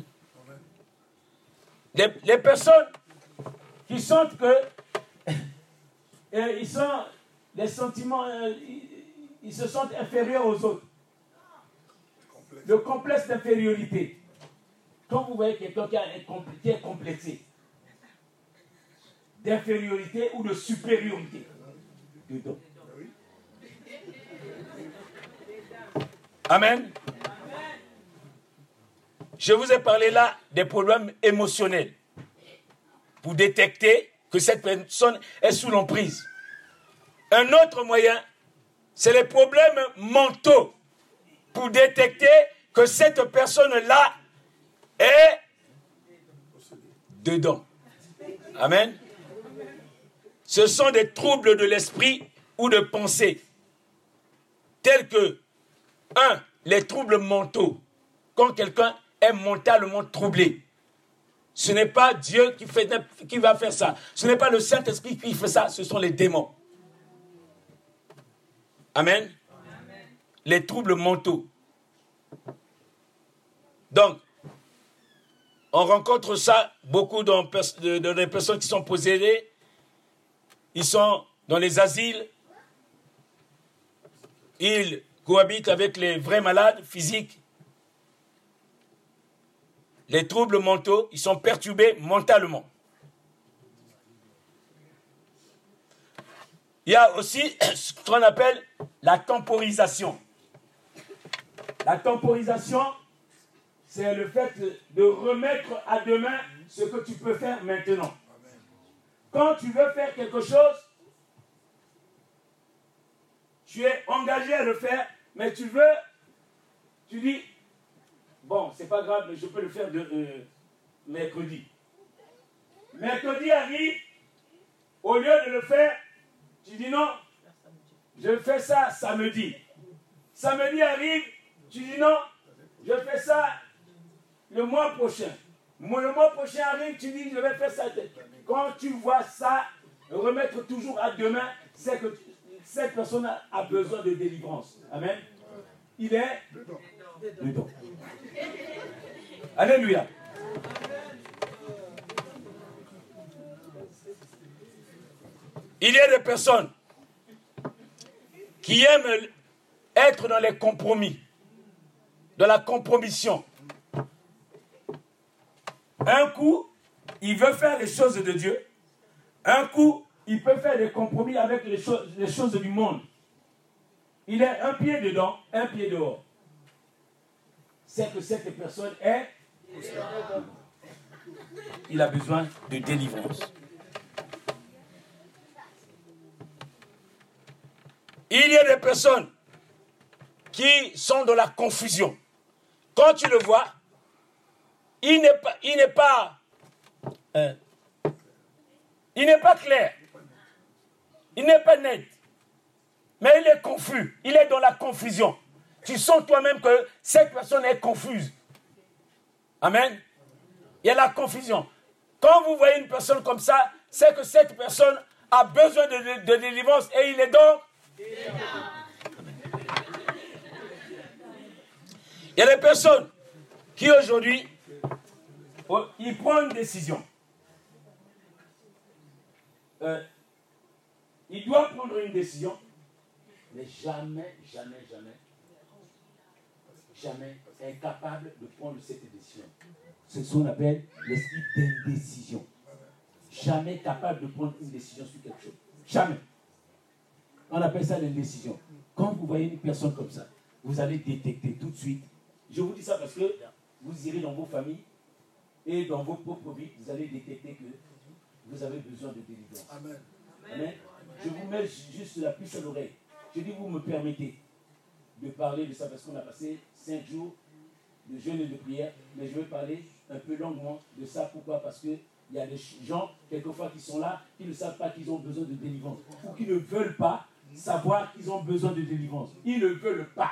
Les personnes qui sentent que ils sont les sentiments, ils se sentent inférieurs aux autres. Le complexe d'infériorité. Quand vous voyez quelqu'un qui est complexé d'infériorité ou de supériorité, dedans. Amen. Je vous ai parlé là des problèmes émotionnels pour détecter que cette personne est sous l'emprise. Un autre moyen, c'est les problèmes mentaux pour détecter que cette personne-là est dedans. Amen. Ce sont des troubles de l'esprit ou de pensée, tels que, 1. Les troubles mentaux. Quand quelqu'un est mentalement troublé, ce n'est pas Dieu qui va faire ça. Ce n'est pas le Saint-Esprit qui fait ça, ce sont les démons. Amen. Amen. Les troubles mentaux. Donc, on rencontre ça beaucoup dans les personnes qui sont possédées. Ils sont dans les asiles. Ils cohabitent avec les vrais malades physiques. Les troubles mentaux, ils sont perturbés mentalement. Il y a aussi ce qu'on appelle la temporisation. La temporisation, c'est le fait de remettre à demain ce que tu peux faire maintenant. Quand tu veux faire quelque chose, tu es engagé à le faire, mais tu dis, bon, c'est pas grave, mais je peux le faire mercredi. Mercredi arrive, au lieu de le faire, tu dis non, je fais ça samedi. Samedi arrive, tu dis non, je fais ça le mois prochain. Le mois prochain arrive, tu dis je vais faire ça. Quand tu vois ça, remettre toujours à demain, c'est que cette personne a besoin de délivrance. Amen. Il est dedans. Alléluia. Il y a des personnes qui aime être dans les compromis, dans la compromission. Un coup, il veut faire les choses de Dieu. Un coup, il peut faire des compromis avec les choses du monde. Il est un pied dedans, un pied dehors. C'est que cette personne est... Il a besoin de délivrance. Il y a des personnes qui sont dans la confusion. Quand tu le vois, il n'est pas clair. Il n'est pas net. Mais il est confus. Il est dans la confusion. Tu sens toi-même que cette personne est confuse. Amen. Il y a la confusion. Quand vous voyez une personne comme ça, c'est que cette personne a besoin de délivrance et il est donc... Il y a des personnes qui aujourd'hui, ils prennent une décision. Il doit prendre une décision, mais jamais incapable de prendre cette décision. C'est ce qu'on appelle l'esprit d'indécision. Jamais capable de prendre une décision sur quelque chose. Jamais. On appelle ça l'indécision. Quand vous voyez une personne comme ça, vous allez détecter tout de suite. Je vous dis ça parce que vous irez dans vos familles et dans vos propres vies, vous allez détecter que vous avez besoin de délivrance. Amen. Amen. Je vous mets juste la puce à l'oreille. Je dis, vous me permettez de parler de ça parce qu'on a passé 5 jours de jeûne et de prière, mais je vais parler un peu longuement de ça. Pourquoi? Parce qu'il y a des gens, quelquefois, qui sont là, qui ne savent pas qu'ils ont besoin de délivrance, ou qui ne veulent pas savoir qu'ils ont besoin de délivrance. Ils ne veulent pas.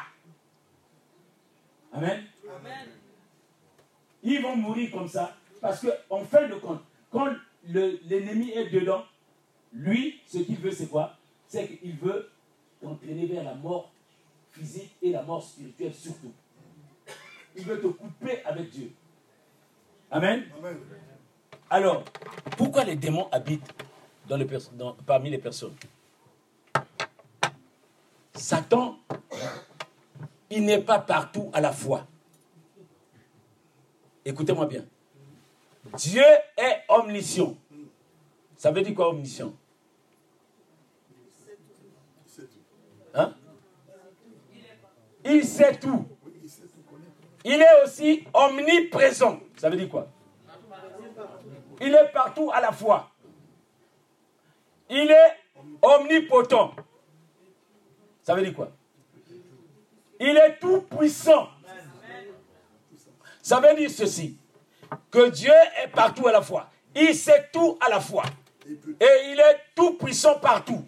Amen. Amen. Ils vont mourir comme ça, parce qu'en fin de compte, quand l'ennemi est dedans, lui, ce qu'il veut, c'est quoi? C'est qu'il veut t'entraîner vers la mort physique et la mort spirituelle surtout. Il veut te couper avec Dieu. Amen. Amen. Alors, pourquoi les démons habitent parmi les personnes? Satan, il n'est pas partout à la fois. Écoutez-moi bien. Dieu est omniscient. Ça veut dire quoi, omniscient? Hein? Il sait tout. Il est aussi omniprésent. Ça veut dire quoi? Il est partout à la fois. Il est omnipotent. Ça veut dire quoi? Il est tout puissant. Ça veut dire ceci, que Dieu est partout à la fois. Il sait tout à la fois. Et il est tout puissant partout.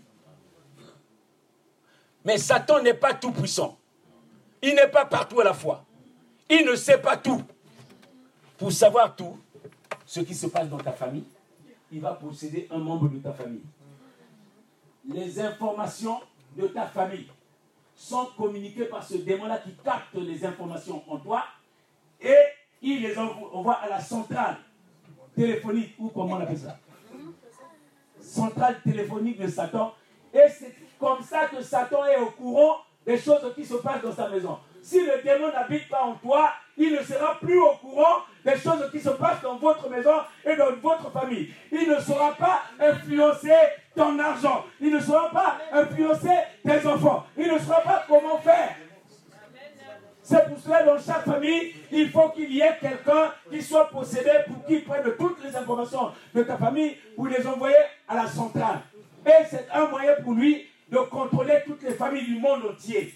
Mais Satan n'est pas tout puissant. Il n'est pas partout à la fois. Il ne sait pas tout. Pour savoir tout, ce qui se passe dans ta famille, il va posséder un membre de ta famille. Les informations de ta famille sont communiquées par ce démon-là qui capte les informations en toi et il les envoie à la centrale téléphonique, ou comment on appelle ça? Centrale téléphonique de Satan. Et c'est comme ça que Satan est au courant des choses qui se passent dans sa maison. Si le démon n'habite pas en toi, il ne sera plus au courant des choses qui se passent dans votre maison et dans votre famille. Il ne saura pas influencer ton argent. Il ne saura pas influencer tes enfants. Il ne saura pas comment faire. C'est pour cela, dans chaque famille, il faut qu'il y ait quelqu'un qui soit possédé pour qu'il prenne toutes les informations de ta famille pour les envoyer à la centrale. Et c'est un moyen pour lui de contrôler toutes les familles du monde entier.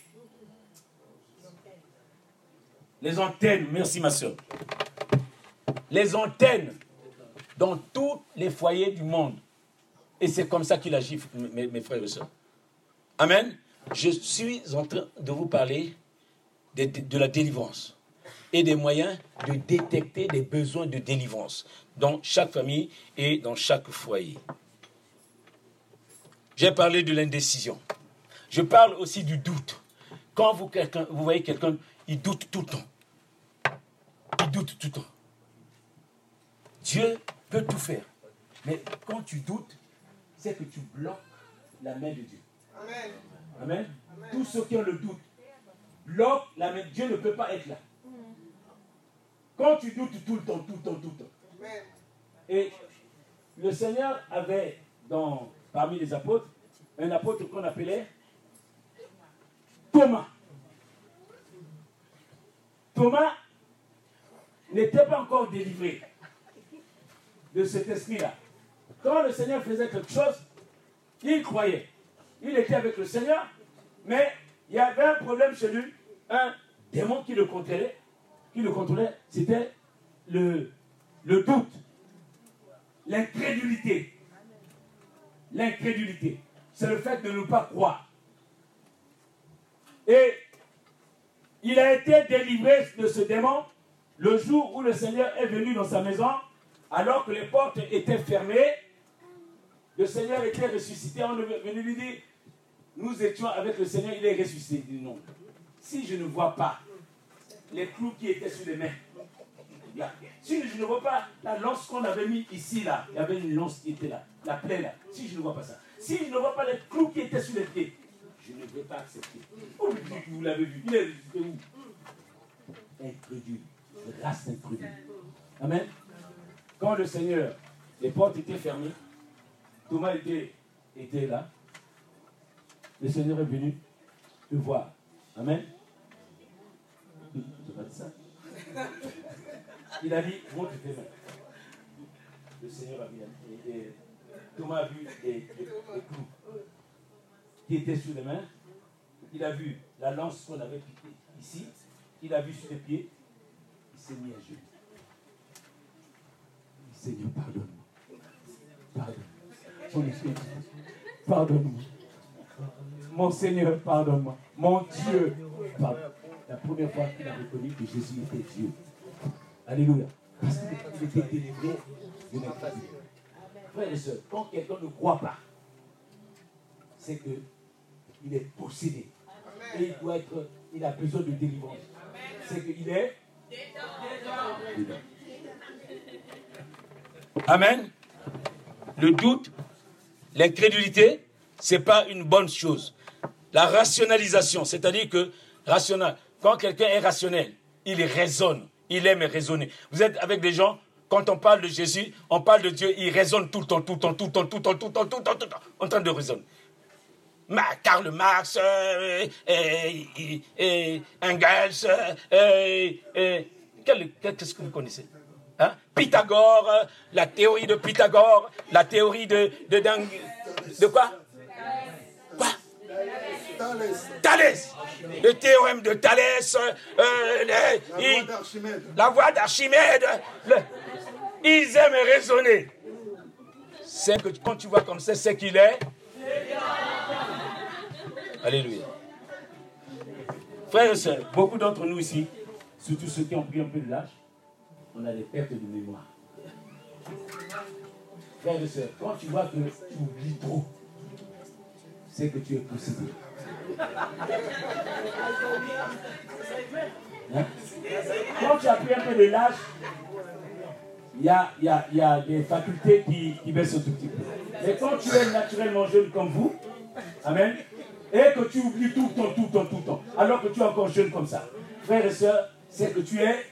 Les antennes, merci ma soeur. Les antennes dans tous les foyers du monde. Et c'est comme ça qu'il agit, mes frères et sœurs. Amen. Je suis en train de vous parler de la délivrance et des moyens de détecter les besoins de délivrance dans chaque famille et dans chaque foyer. J'ai parlé de l'indécision. Je parle aussi du doute. Quand vous voyez quelqu'un, il doute tout le temps. Il doute tout le temps. Dieu peut tout faire. Mais quand tu doutes, c'est que tu bloques la main de Dieu. Amen. Amen. Tous ceux qui ont le doute. L'homme, Dieu ne peut pas être là. Quand tu doutes tout le temps. Et le Seigneur avait parmi les apôtres, un apôtre qu'on appelait Thomas. Thomas n'était pas encore délivré de cet esprit-là. Quand le Seigneur faisait quelque chose, il croyait. Il était avec le Seigneur, mais il y avait un problème chez lui, un démon qui le contrôlait, c'était le doute, l'incrédulité. L'incrédulité, c'est le fait de ne pas croire. Et il a été délivré de ce démon le jour où le Seigneur est venu dans sa maison, alors que les portes étaient fermées. Le Seigneur était ressuscité. On est venu lui dire, nous étions avec le Seigneur, il est ressuscité. Il dit non. Si je ne vois pas les clous qui étaient sur les mains, si je ne vois pas la lance qu'on avait mis ici, là, il y avait une lance qui était là, la plaie là. Si je ne vois pas ça, si je ne vois pas les clous qui étaient sur les pieds, je ne vais pas accepter. Oh, vous l'avez vu, il est ressuscité où? Incrédule, race incrédule. Amen. Quand le Seigneur, les portes étaient fermées, Thomas était là, le Seigneur est venu te voir. Amen. Je n'ai pas dit ça. Il a dit, montre tes mains. Le Seigneur a vu. Et Thomas a vu les clous qui étaient sur les mains. Il a vu la lance qu'on avait piquée ici. Il a vu sur les pieds. Il s'est mis à genoux. Il dit, Seigneur, pardonne-moi. Pardonne-moi. Mon esprit, pardonne-moi. Mon Seigneur, pardonne-moi. Mon Dieu, pardonne-moi. La première fois qu'il a reconnu que Jésus était Dieu. Alléluia. Parce qu'il était délivré de l'incrédulité. Frères et sœurs, quand quelqu'un ne croit pas, c'est qu'il est possédé. Et il a besoin de délivrance. C'est qu'il est dedans. Amen. Le doute, l'incrédulité, ce n'est pas une bonne chose. La rationalisation, c'est-à-dire que quand quelqu'un est rationnel, il raisonne. Il aime raisonner. Vous êtes avec des gens, quand on parle de Jésus, on parle de Dieu, ils raisonnent tout le temps, en train de raisonner. Karl Marx, Engels, qu'est-ce que vous connaissez? Hein? Pythagore, la théorie de Pythagore, la théorie de quoi? Quoi? Thalès. Le théorème de Thalès, la voie d'Archimède. Ils aiment raisonner. C'est que quand tu vois comme ça, c'est qu'il est. Alléluia. Frères et sœurs, beaucoup d'entre nous ici, surtout ceux qui ont pris un peu de l'âge, on a des pertes de mémoire. Frères et sœurs, quand tu vois que tu oublies trop, c'est que tu es possédé. Hein? Quand tu as pris un peu de l'âge, il y a des facultés qui baissent un tout petit peu. Mais quand tu es naturellement jeune comme vous, amen, et que tu oublies tout le temps, alors que tu es encore jeune comme ça, frères et sœurs, c'est que tu es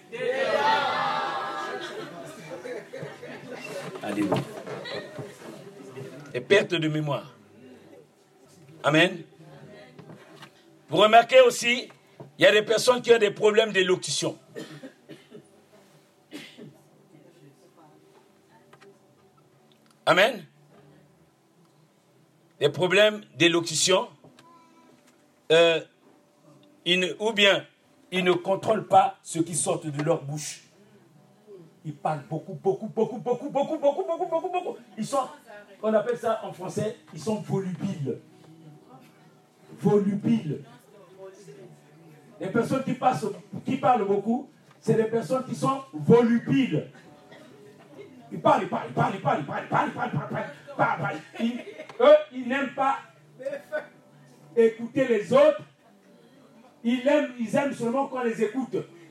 Alléluia. Et perte de mémoire. Amen. Vous remarquez aussi, il y a des personnes qui ont des problèmes d'élocution. Amen. Des problèmes d'élocution. Ou bien, ils ne contrôlent pas ce qui sort de leur bouche. Ils parlent beaucoup. Ils sont, on appelle ça en français, ils sont volubiles. Les personnes qui parlent beaucoup, c'est des personnes qui sont volubiles. Ils parlent. Eux, ils n'aiment pas écouter les autres. Ils aiment seulement qu'on les écoute.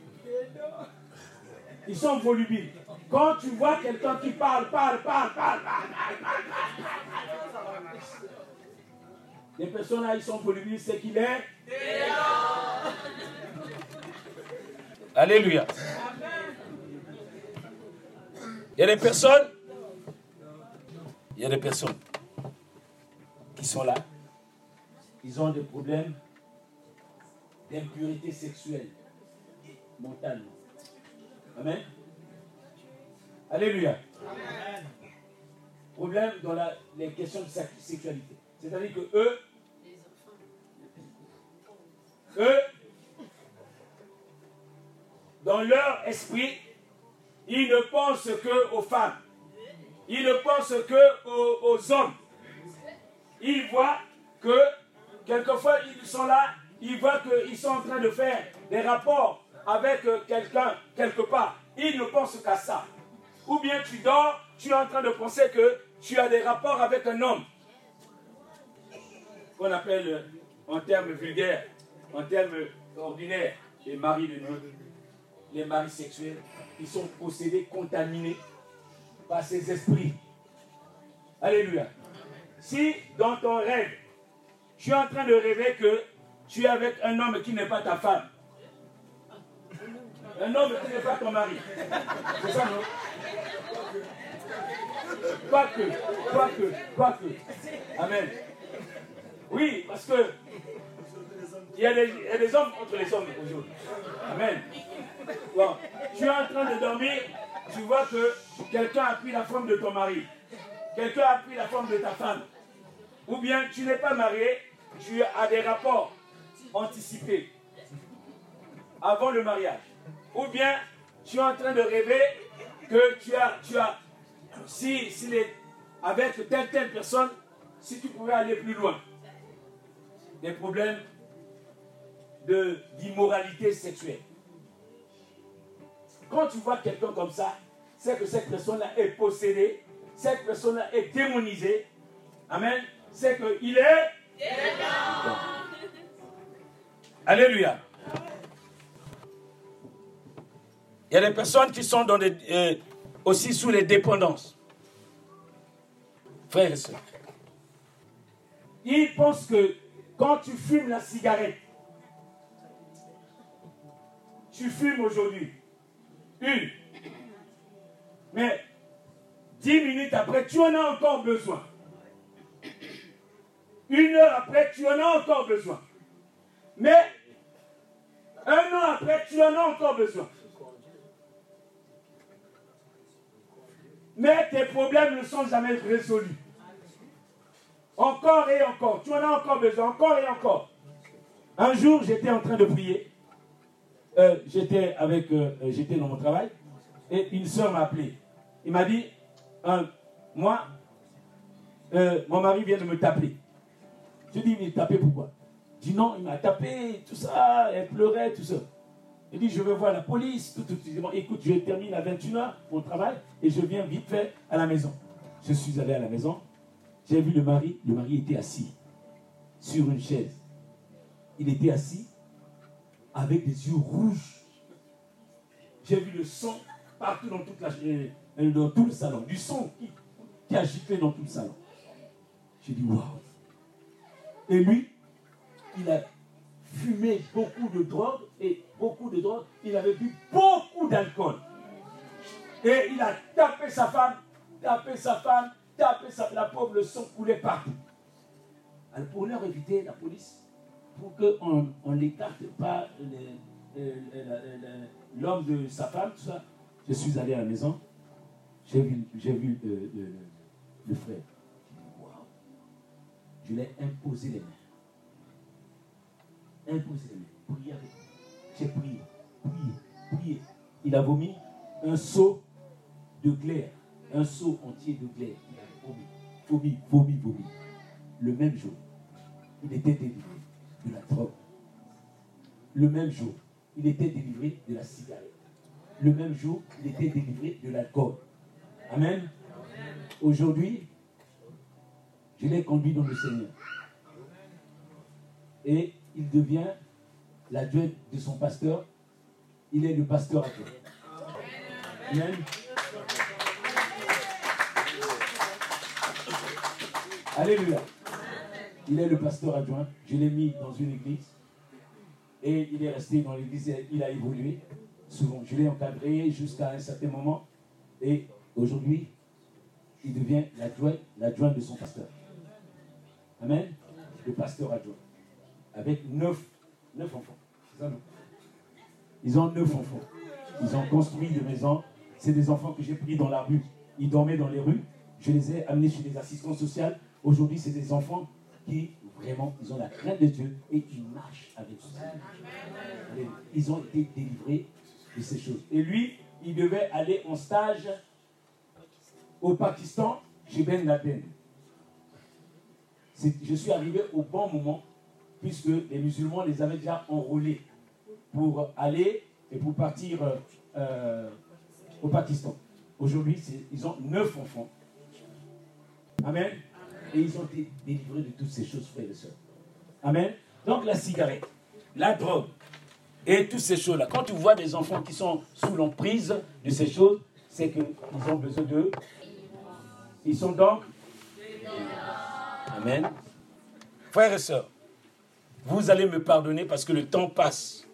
Ils sont volubiles. Quand tu vois quelqu'un qui parle, Les personnes là, ils sont pour lui, c'est qu'il est dément. Alléluia. Il y a des personnes qui sont là. Ils ont des problèmes d'impurité sexuelle, mentalement. Amen. Alléluia. Amen. Problème dans les questions de sexualité. C'est-à-dire que eux, dans leur esprit, ils ne pensent qu'aux femmes. Ils ne pensent qu'aux hommes. Ils voient que, quelquefois, ils sont là, ils voient qu'ils sont en train de faire des rapports avec quelqu'un, quelque part. Ils ne pensent qu'à ça. Ou bien tu dors, tu es en train de penser que tu as des rapports avec un homme. Qu'on appelle, en termes vulgaires, en termes ordinaires, les maris de Dieu, les maris sexuels, ils sont possédés, contaminés par ces esprits. Alléluia. Si dans ton rêve, tu es en train de rêver que tu es avec un homme qui n'est pas ta femme, un homme qui n'est pas ton mari, c'est ça, non? Pas que. Amen. Oui, parce que il y a des hommes contre les hommes aujourd'hui. Amen. Bon, tu es en train de dormir, tu vois que quelqu'un a pris la forme de ton mari. Quelqu'un a pris la forme de ta femme. Ou bien tu n'es pas marié, tu as des rapports anticipés avant le mariage. Ou bien tu es en train de rêver que tu as avec telle personne, si tu pouvais aller plus loin. Des problèmes d'immoralité sexuelle. Quand tu vois quelqu'un comme ça, c'est que cette personne-là est possédée, cette personne-là est démonisée. Amen. C'est qu'il est démon. Alléluia. Il y a des personnes qui sont aussi sous les dépendances. Frères et sœurs. Ils pensent que quand tu fumes la cigarette, tu fumes aujourd'hui une, mais 10 minutes après, tu en as encore besoin. 1 heure après, tu en as encore besoin. Mais 1 an après, tu en as encore besoin. Mais tes problèmes ne sont jamais résolus. Encore et encore. Tu en as encore besoin, encore et encore. Un jour, j'étais en train de prier. J'étais dans mon travail. Et une soeur m'a appelé. Il m'a dit, mon mari vient de me taper. Je dis, mais taper pourquoi? Il dit, non, il m'a tapé, tout ça. Elle pleurait, tout ça. Il dit, je vais voir la police. Tout. Je dis, bon, écoute, je termine à 21h mon travail et je viens vite fait à la maison. Je suis allé à la maison. J'ai vu le mari était assis sur une chaise. Il était assis avec des yeux rouges. J'ai vu le sang partout dans tout le salon. Du sang qui a giflé dans tout le salon. J'ai dit, waouh. Et lui, il a fumé beaucoup de drogue. Il avait bu beaucoup d'alcool. Et il a tapé sa femme. La pauvre, le sang coulait partout. Alors pour leur éviter la police, pour qu'on n'écarte pas l'homme de sa femme, tout ça, je suis allé à la maison, j'ai vu le frère. Wow. Je lui ai imposé les mains. Priez avec lui. J'ai prié. Il a vomi un seau de glaire, un seau entier de glaire. Vomi. Le même jour, il était délivré de la drogue. Le même jour, il était délivré de la cigarette. Le même jour, il était délivré de l'alcool. Amen. Aujourd'hui, je l'ai conduit dans le Seigneur. Et il devient l'adjoint de son pasteur. Il est le pasteur adjoint. Amen. Alléluia. Il est le pasteur adjoint. Je l'ai mis dans une église. Et il est resté dans l'église. Il a évolué souvent. Je l'ai encadré jusqu'à un certain moment. Et aujourd'hui, il devient l'adjoint de son pasteur. Amen. Le pasteur adjoint. Avec 9 enfants. C'est ça, non? Ils ont 9 enfants. Ils ont construit des maisons. C'est des enfants que j'ai pris dans la rue. Ils dormaient dans les rues. Je les ai amenés chez les assistants sociaux. Aujourd'hui, c'est des enfants qui, vraiment, ils ont la crainte de Dieu et qui marchent avec Dieu. Ils ont été délivrés de ces choses. Et lui, il devait aller en stage au Pakistan, chez Ben Laden. Je suis arrivé au bon moment, puisque les musulmans les avaient déjà enrôlés pour aller et pour partir au Pakistan. Aujourd'hui, ils ont 9 enfants. Amen. Et ils ont été délivrés de toutes ces choses, frères et sœurs. Amen. Donc la cigarette, la drogue et toutes ces choses-là. Quand tu vois des enfants qui sont sous l'emprise de ces choses, c'est qu'ils ont besoin d'eux. Ils sont donc... Amen. Frères et sœurs, vous allez me pardonner parce que le temps passe.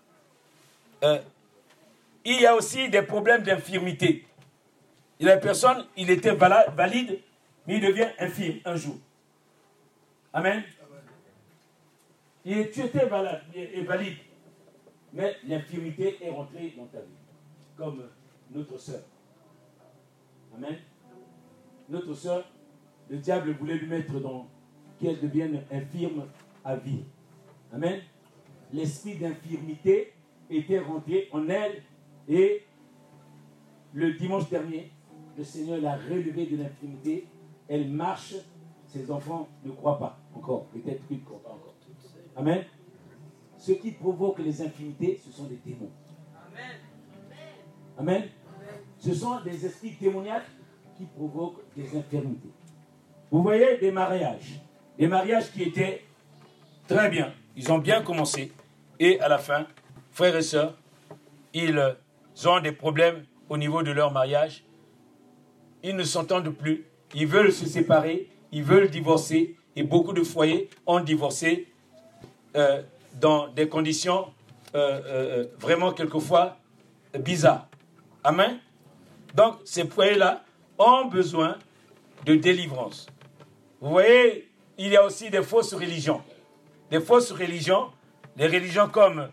Il y a aussi des problèmes d'infirmité. Il y a des personnes, il était valide, mais il devient infirme un jour. Amen. Et tu étais valide, mais l'infirmité est rentrée dans ta vie, comme notre sœur. Amen. Notre sœur, le diable voulait lui mettre qu'elle devienne infirme à vie. Amen. L'esprit d'infirmité était rentré en elle et le dimanche dernier, le Seigneur l'a relevée de l'infirmité. Elle marche. Ses enfants ne croient pas encore. Peut-être qu'ils ne croient pas encore. Amen. Ce qui provoque les infirmités, ce sont des démons. Amen. Amen. Ce sont des esprits démoniaques qui provoquent des infirmités. Vous voyez des mariages qui étaient très bien. Ils ont bien commencé. Et à la fin, frères et sœurs, ils ont des problèmes au niveau de leur mariage. Ils ne s'entendent plus. Ils veulent se séparer. Ils veulent divorcer. Et beaucoup de foyers ont divorcé dans des conditions vraiment quelquefois bizarres. Amen. Donc, ces foyers-là ont besoin de délivrance. Vous voyez, il y a aussi des fausses religions. Des fausses religions, des religions comme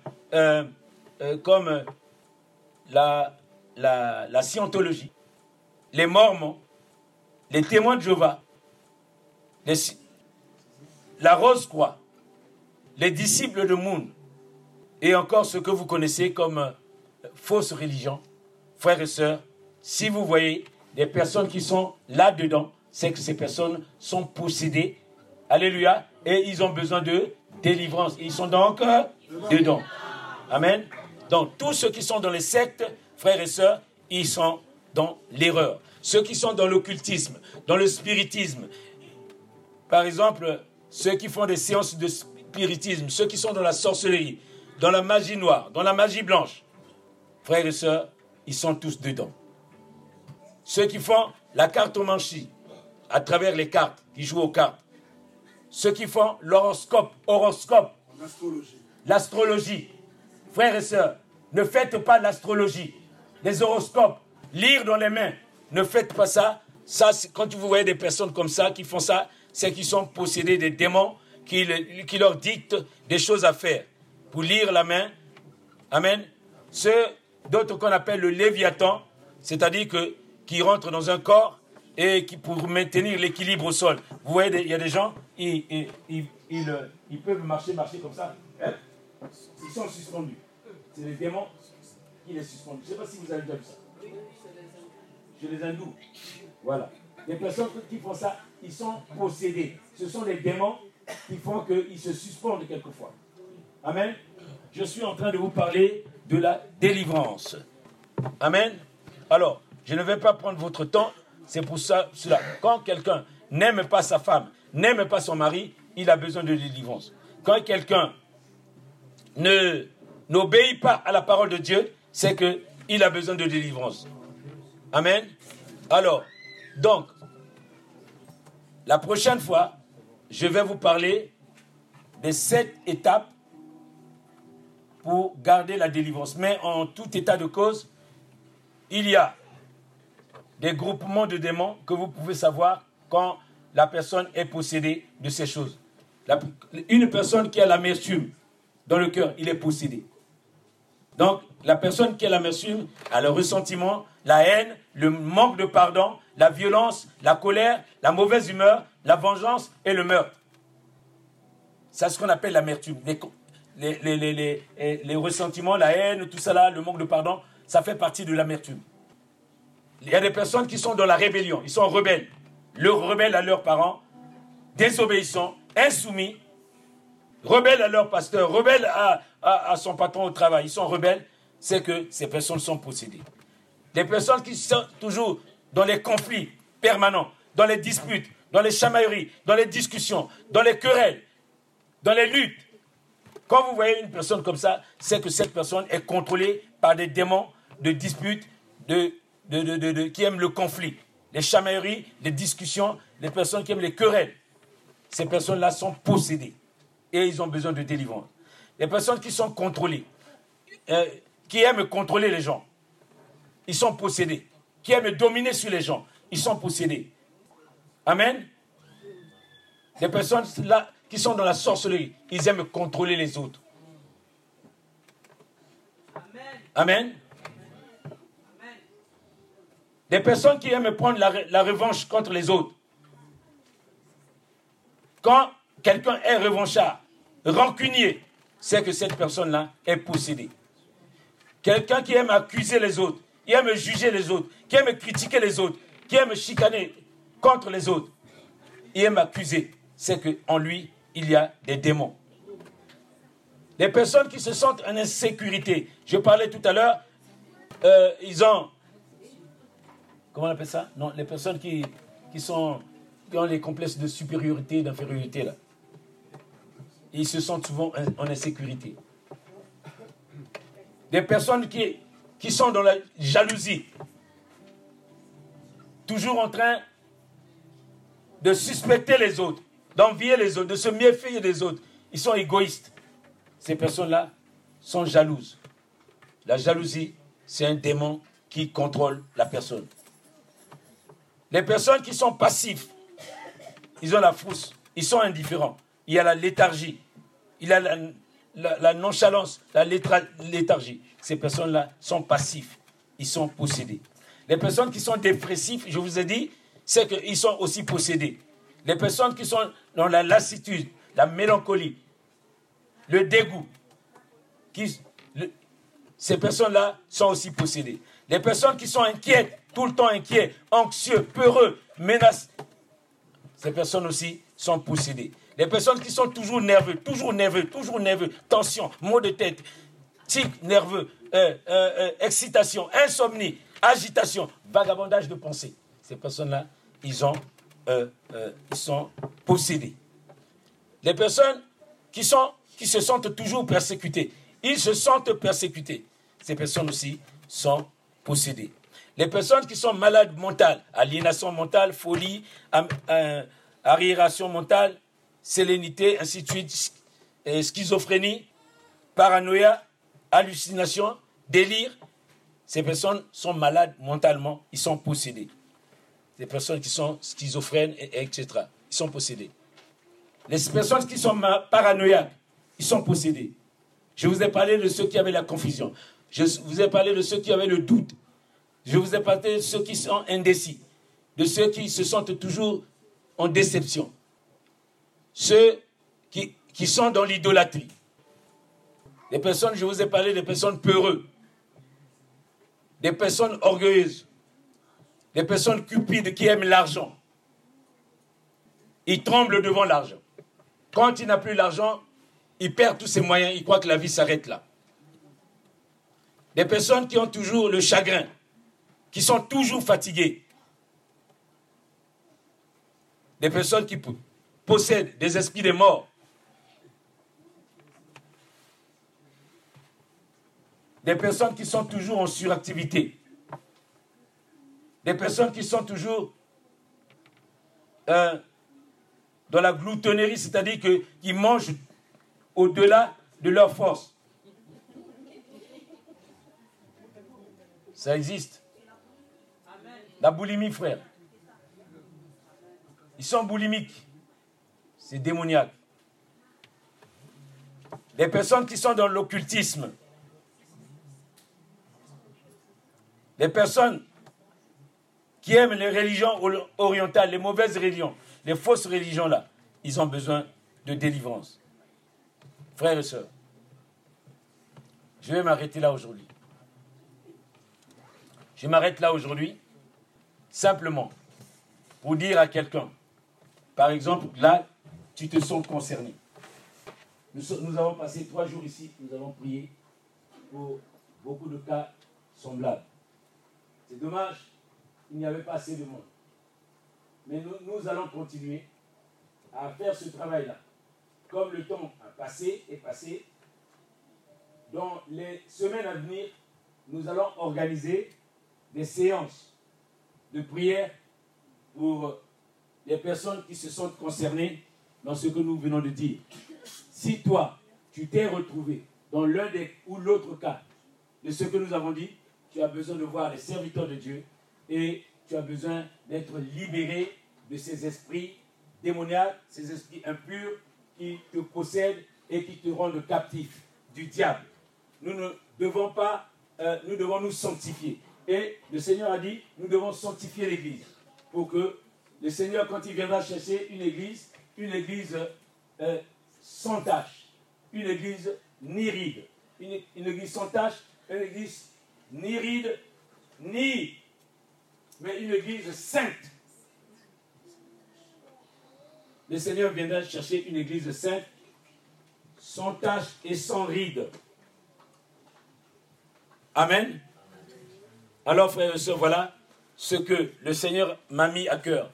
la scientologie, les mormons, les témoins de Jéhovah, la Rose-Croix, les disciples de Moon, et encore ce que vous connaissez comme fausses religions. Frères et sœurs, si vous voyez des personnes qui sont là-dedans, c'est que ces personnes sont possédées. Alléluia. Et ils ont besoin de délivrance. Ils sont donc dedans. Amen. Donc, tous ceux qui sont dans les sectes, frères et sœurs, ils sont dans l'erreur. Ceux qui sont dans l'occultisme, dans le spiritisme, par exemple, ceux qui font des séances de spiritisme, ceux qui sont dans la sorcellerie, dans la magie noire, dans la magie blanche, frères et sœurs, ils sont tous dedans. Ceux qui font la cartomancie, à travers les cartes, qui jouent aux cartes. Ceux qui font l'horoscope, l'astrologie. Frères et sœurs, ne faites pas l'astrologie, les horoscopes, lire dans les mains. Ne faites pas ça. Ça, quand vous voyez des personnes comme ça qui font ça, c'est qu'ils sont possédés des démons qui leur dictent des choses à faire. Pour lire la main, amen. D'autres qu'on appelle le léviathan, c'est-à-dire qui rentrent dans un corps et qui pour maintenir l'équilibre au sol. Vous voyez, il y a des gens, ils peuvent marcher comme ça. Ils sont suspendus. C'est les démons qui les suspendent. Je ne sais pas si vous avez déjà vu ça. Chez les hindous. Voilà. Les personnes qui font ça, ils sont possédés. Ce sont les démons qui font qu'ils se suspendent quelquefois. Amen. Je suis en train de vous parler de la délivrance. Amen. Alors, je ne vais pas prendre votre temps. C'est pour cela. Quand quelqu'un n'aime pas sa femme, n'aime pas son mari, il a besoin de délivrance. Quand quelqu'un n'obéit pas à la parole de Dieu, c'est qu'il a besoin de délivrance. Amen. Alors, donc, la prochaine fois, je vais vous parler des 7 étapes pour garder la délivrance. Mais en tout état de cause, il y a des groupements de démons que vous pouvez savoir quand la personne est possédée de ces choses. Une personne qui a l'amertume dans le cœur, il est possédé. Donc, la personne qui a l'amertume a le ressentiment, la haine, le manque de pardon, la violence, la colère, la mauvaise humeur, la vengeance et le meurtre. C'est ce qu'on appelle l'amertume. Les ressentiments, la haine, tout ça là, le manque de pardon, ça fait partie de l'amertume. Il y a des personnes qui sont dans la rébellion, ils sont rebelles. Rebelles à leurs parents, désobéissants, insoumis, rebelles à leur pasteur, rebelles à son patron au travail. Ils sont rebelles, c'est que ces personnes sont possédées. Des personnes qui sont toujours dans les conflits permanents, dans les disputes, dans les chamailleries, dans les discussions, dans les querelles, dans les luttes. Quand vous voyez une personne comme ça, c'est que cette personne est contrôlée par des démons de disputes, qui aiment le conflit, les chamailleries, les discussions, les personnes qui aiment les querelles. Ces personnes-là sont possédées et ils ont besoin de délivrance. Les personnes qui sont contrôlées, qui aiment contrôler les gens, ils sont possédés. Qui aiment dominer sur les gens, ils sont possédés. Amen. Les personnes là qui sont dans la sorcellerie, ils aiment contrôler les autres. Amen. Des personnes qui aiment prendre la revanche contre les autres. Quand quelqu'un est revanchard, rancunier, c'est que cette personne-là est possédée. Quelqu'un qui aime accuser les autres, qui aime juger les autres, qui aime critiquer les autres, qui aime chicaner contre les autres, il aime accuser, c'est qu'en lui, il y a des démons. Les personnes qui se sentent en insécurité, je parlais tout à l'heure, ils ont... Comment on appelle ça? Non, les personnes qui ont les complexes de supériorité, d'infériorité, là. Ils se sentent souvent en insécurité. Des personnes qui sont dans la jalousie, toujours en train de suspecter les autres, d'envier les autres, de se méfier des autres. Ils sont égoïstes. Ces personnes-là sont jalouses. La jalousie, c'est un démon qui contrôle la personne. Les personnes qui sont passives, ils ont la frousse, ils sont indifférents. Il y a la léthargie, il y a la nonchalance, la léthargie. Ces personnes-là sont passifs, ils sont possédés. Les personnes qui sont dépressives, je vous ai dit, c'est qu'ils sont aussi possédés. Les personnes qui sont dans la lassitude, la mélancolie, le dégoût, ces personnes-là sont aussi possédées. Les personnes qui sont inquiètes, tout le temps inquiets, anxieux, peureux, menacés, ces personnes aussi sont possédées. Les personnes qui sont toujours nerveux, tension, maux de tête, tic nerveux, excitation, insomnie, agitation, vagabondage de pensée. Ces personnes-là, ils sont possédés. Les personnes qui se sentent toujours persécutées, ils se sentent persécutés. Ces personnes aussi sont possédées. Les personnes qui sont malades mentales, aliénation mentale, folie, arriération mentale, sérénité, ainsi de suite, schizophrénie, paranoïa, hallucination, délire, ces personnes sont malades mentalement, ils sont possédés. Les personnes qui sont schizophrènes, etc., ils sont possédés. Les personnes qui sont paranoïaques, ils sont possédés. Je vous ai parlé de ceux qui avaient la confusion. Je vous ai parlé de ceux qui avaient le doute. Je vous ai parlé de ceux qui sont indécis, de ceux qui se sentent toujours en déception. Ceux qui sont dans l'idolâtrie. Les personnes, je vous ai parlé des personnes peureuses, des personnes orgueilleuses, des personnes cupides qui aiment l'argent. Ils tremblent devant l'argent. Quand il n'a plus l'argent, il perd tous ses moyens, il croit que la vie s'arrête là. Des personnes qui ont toujours le chagrin, qui sont toujours fatiguées. Des personnes qui possèdent des esprits de mort. Des personnes qui sont toujours en suractivité. Des personnes qui sont toujours dans la gloutonnerie, c'est-à-dire qu'ils mangent au-delà de leur force. Ça existe. La boulimie, frère. Ils sont boulimiques. C'est démoniaque. Les personnes qui sont dans l'occultisme, les personnes qui aiment les religions orientales, les mauvaises religions, les fausses religions là, ils ont besoin de délivrance. Frères et sœurs, je vais m'arrêter là aujourd'hui. Je m'arrête là aujourd'hui, simplement, pour dire à quelqu'un, par exemple, là, tu te sens concerné. Nous avons passé 3 jours ici, nous avons prié pour beaucoup de cas semblables. C'est dommage, il n'y avait pas assez de monde. Mais nous allons continuer à faire ce travail-là. Comme le temps a passé et passé, dans les semaines à venir, nous allons organiser des séances de prière pour les personnes qui se sentent concernées dans ce que nous venons de dire. Si toi, tu t'es retrouvé dans l'un ou l'autre cas de ce que nous avons dit, tu as besoin de voir les serviteurs de Dieu et tu as besoin d'être libéré de ces esprits démoniaques, ces esprits impurs qui te possèdent et qui te rendent captif du diable. Nous ne devons pas, nous devons nous sanctifier. Et le Seigneur a dit, nous devons sanctifier l'Église pour que le Seigneur, quand il viendra chercher une église sans tache, une église ni ride, une église sans tache, une église ni ride, mais une église sainte. Le Seigneur viendra chercher une église sainte, sans tache et sans ride. Amen. Alors, frères et sœurs, voilà ce que le Seigneur m'a mis à cœur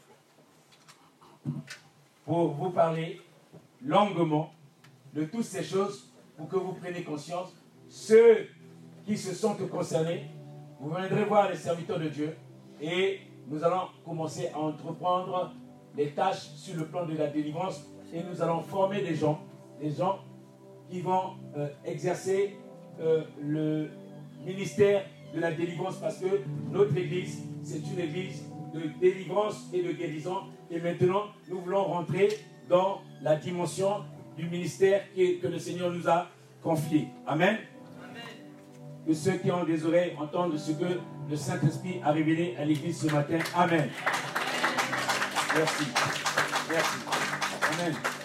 pour vous parler longuement de toutes ces choses pour que vous preniez conscience. Ceux qui se sentent concernés, vous viendrez voir les serviteurs de Dieu et nous allons commencer à entreprendre des tâches sur le plan de la délivrance et nous allons former des gens qui vont exercer le ministère de la délivrance parce que notre église, c'est une église de délivrance et de guérison. Et maintenant, nous voulons rentrer dans la dimension du ministère que le Seigneur nous a confié. Amen. Amen. Que ceux qui ont des oreilles entendent ce que le Saint-Esprit a révélé à l'église ce matin. Amen. Merci. Merci. Amen.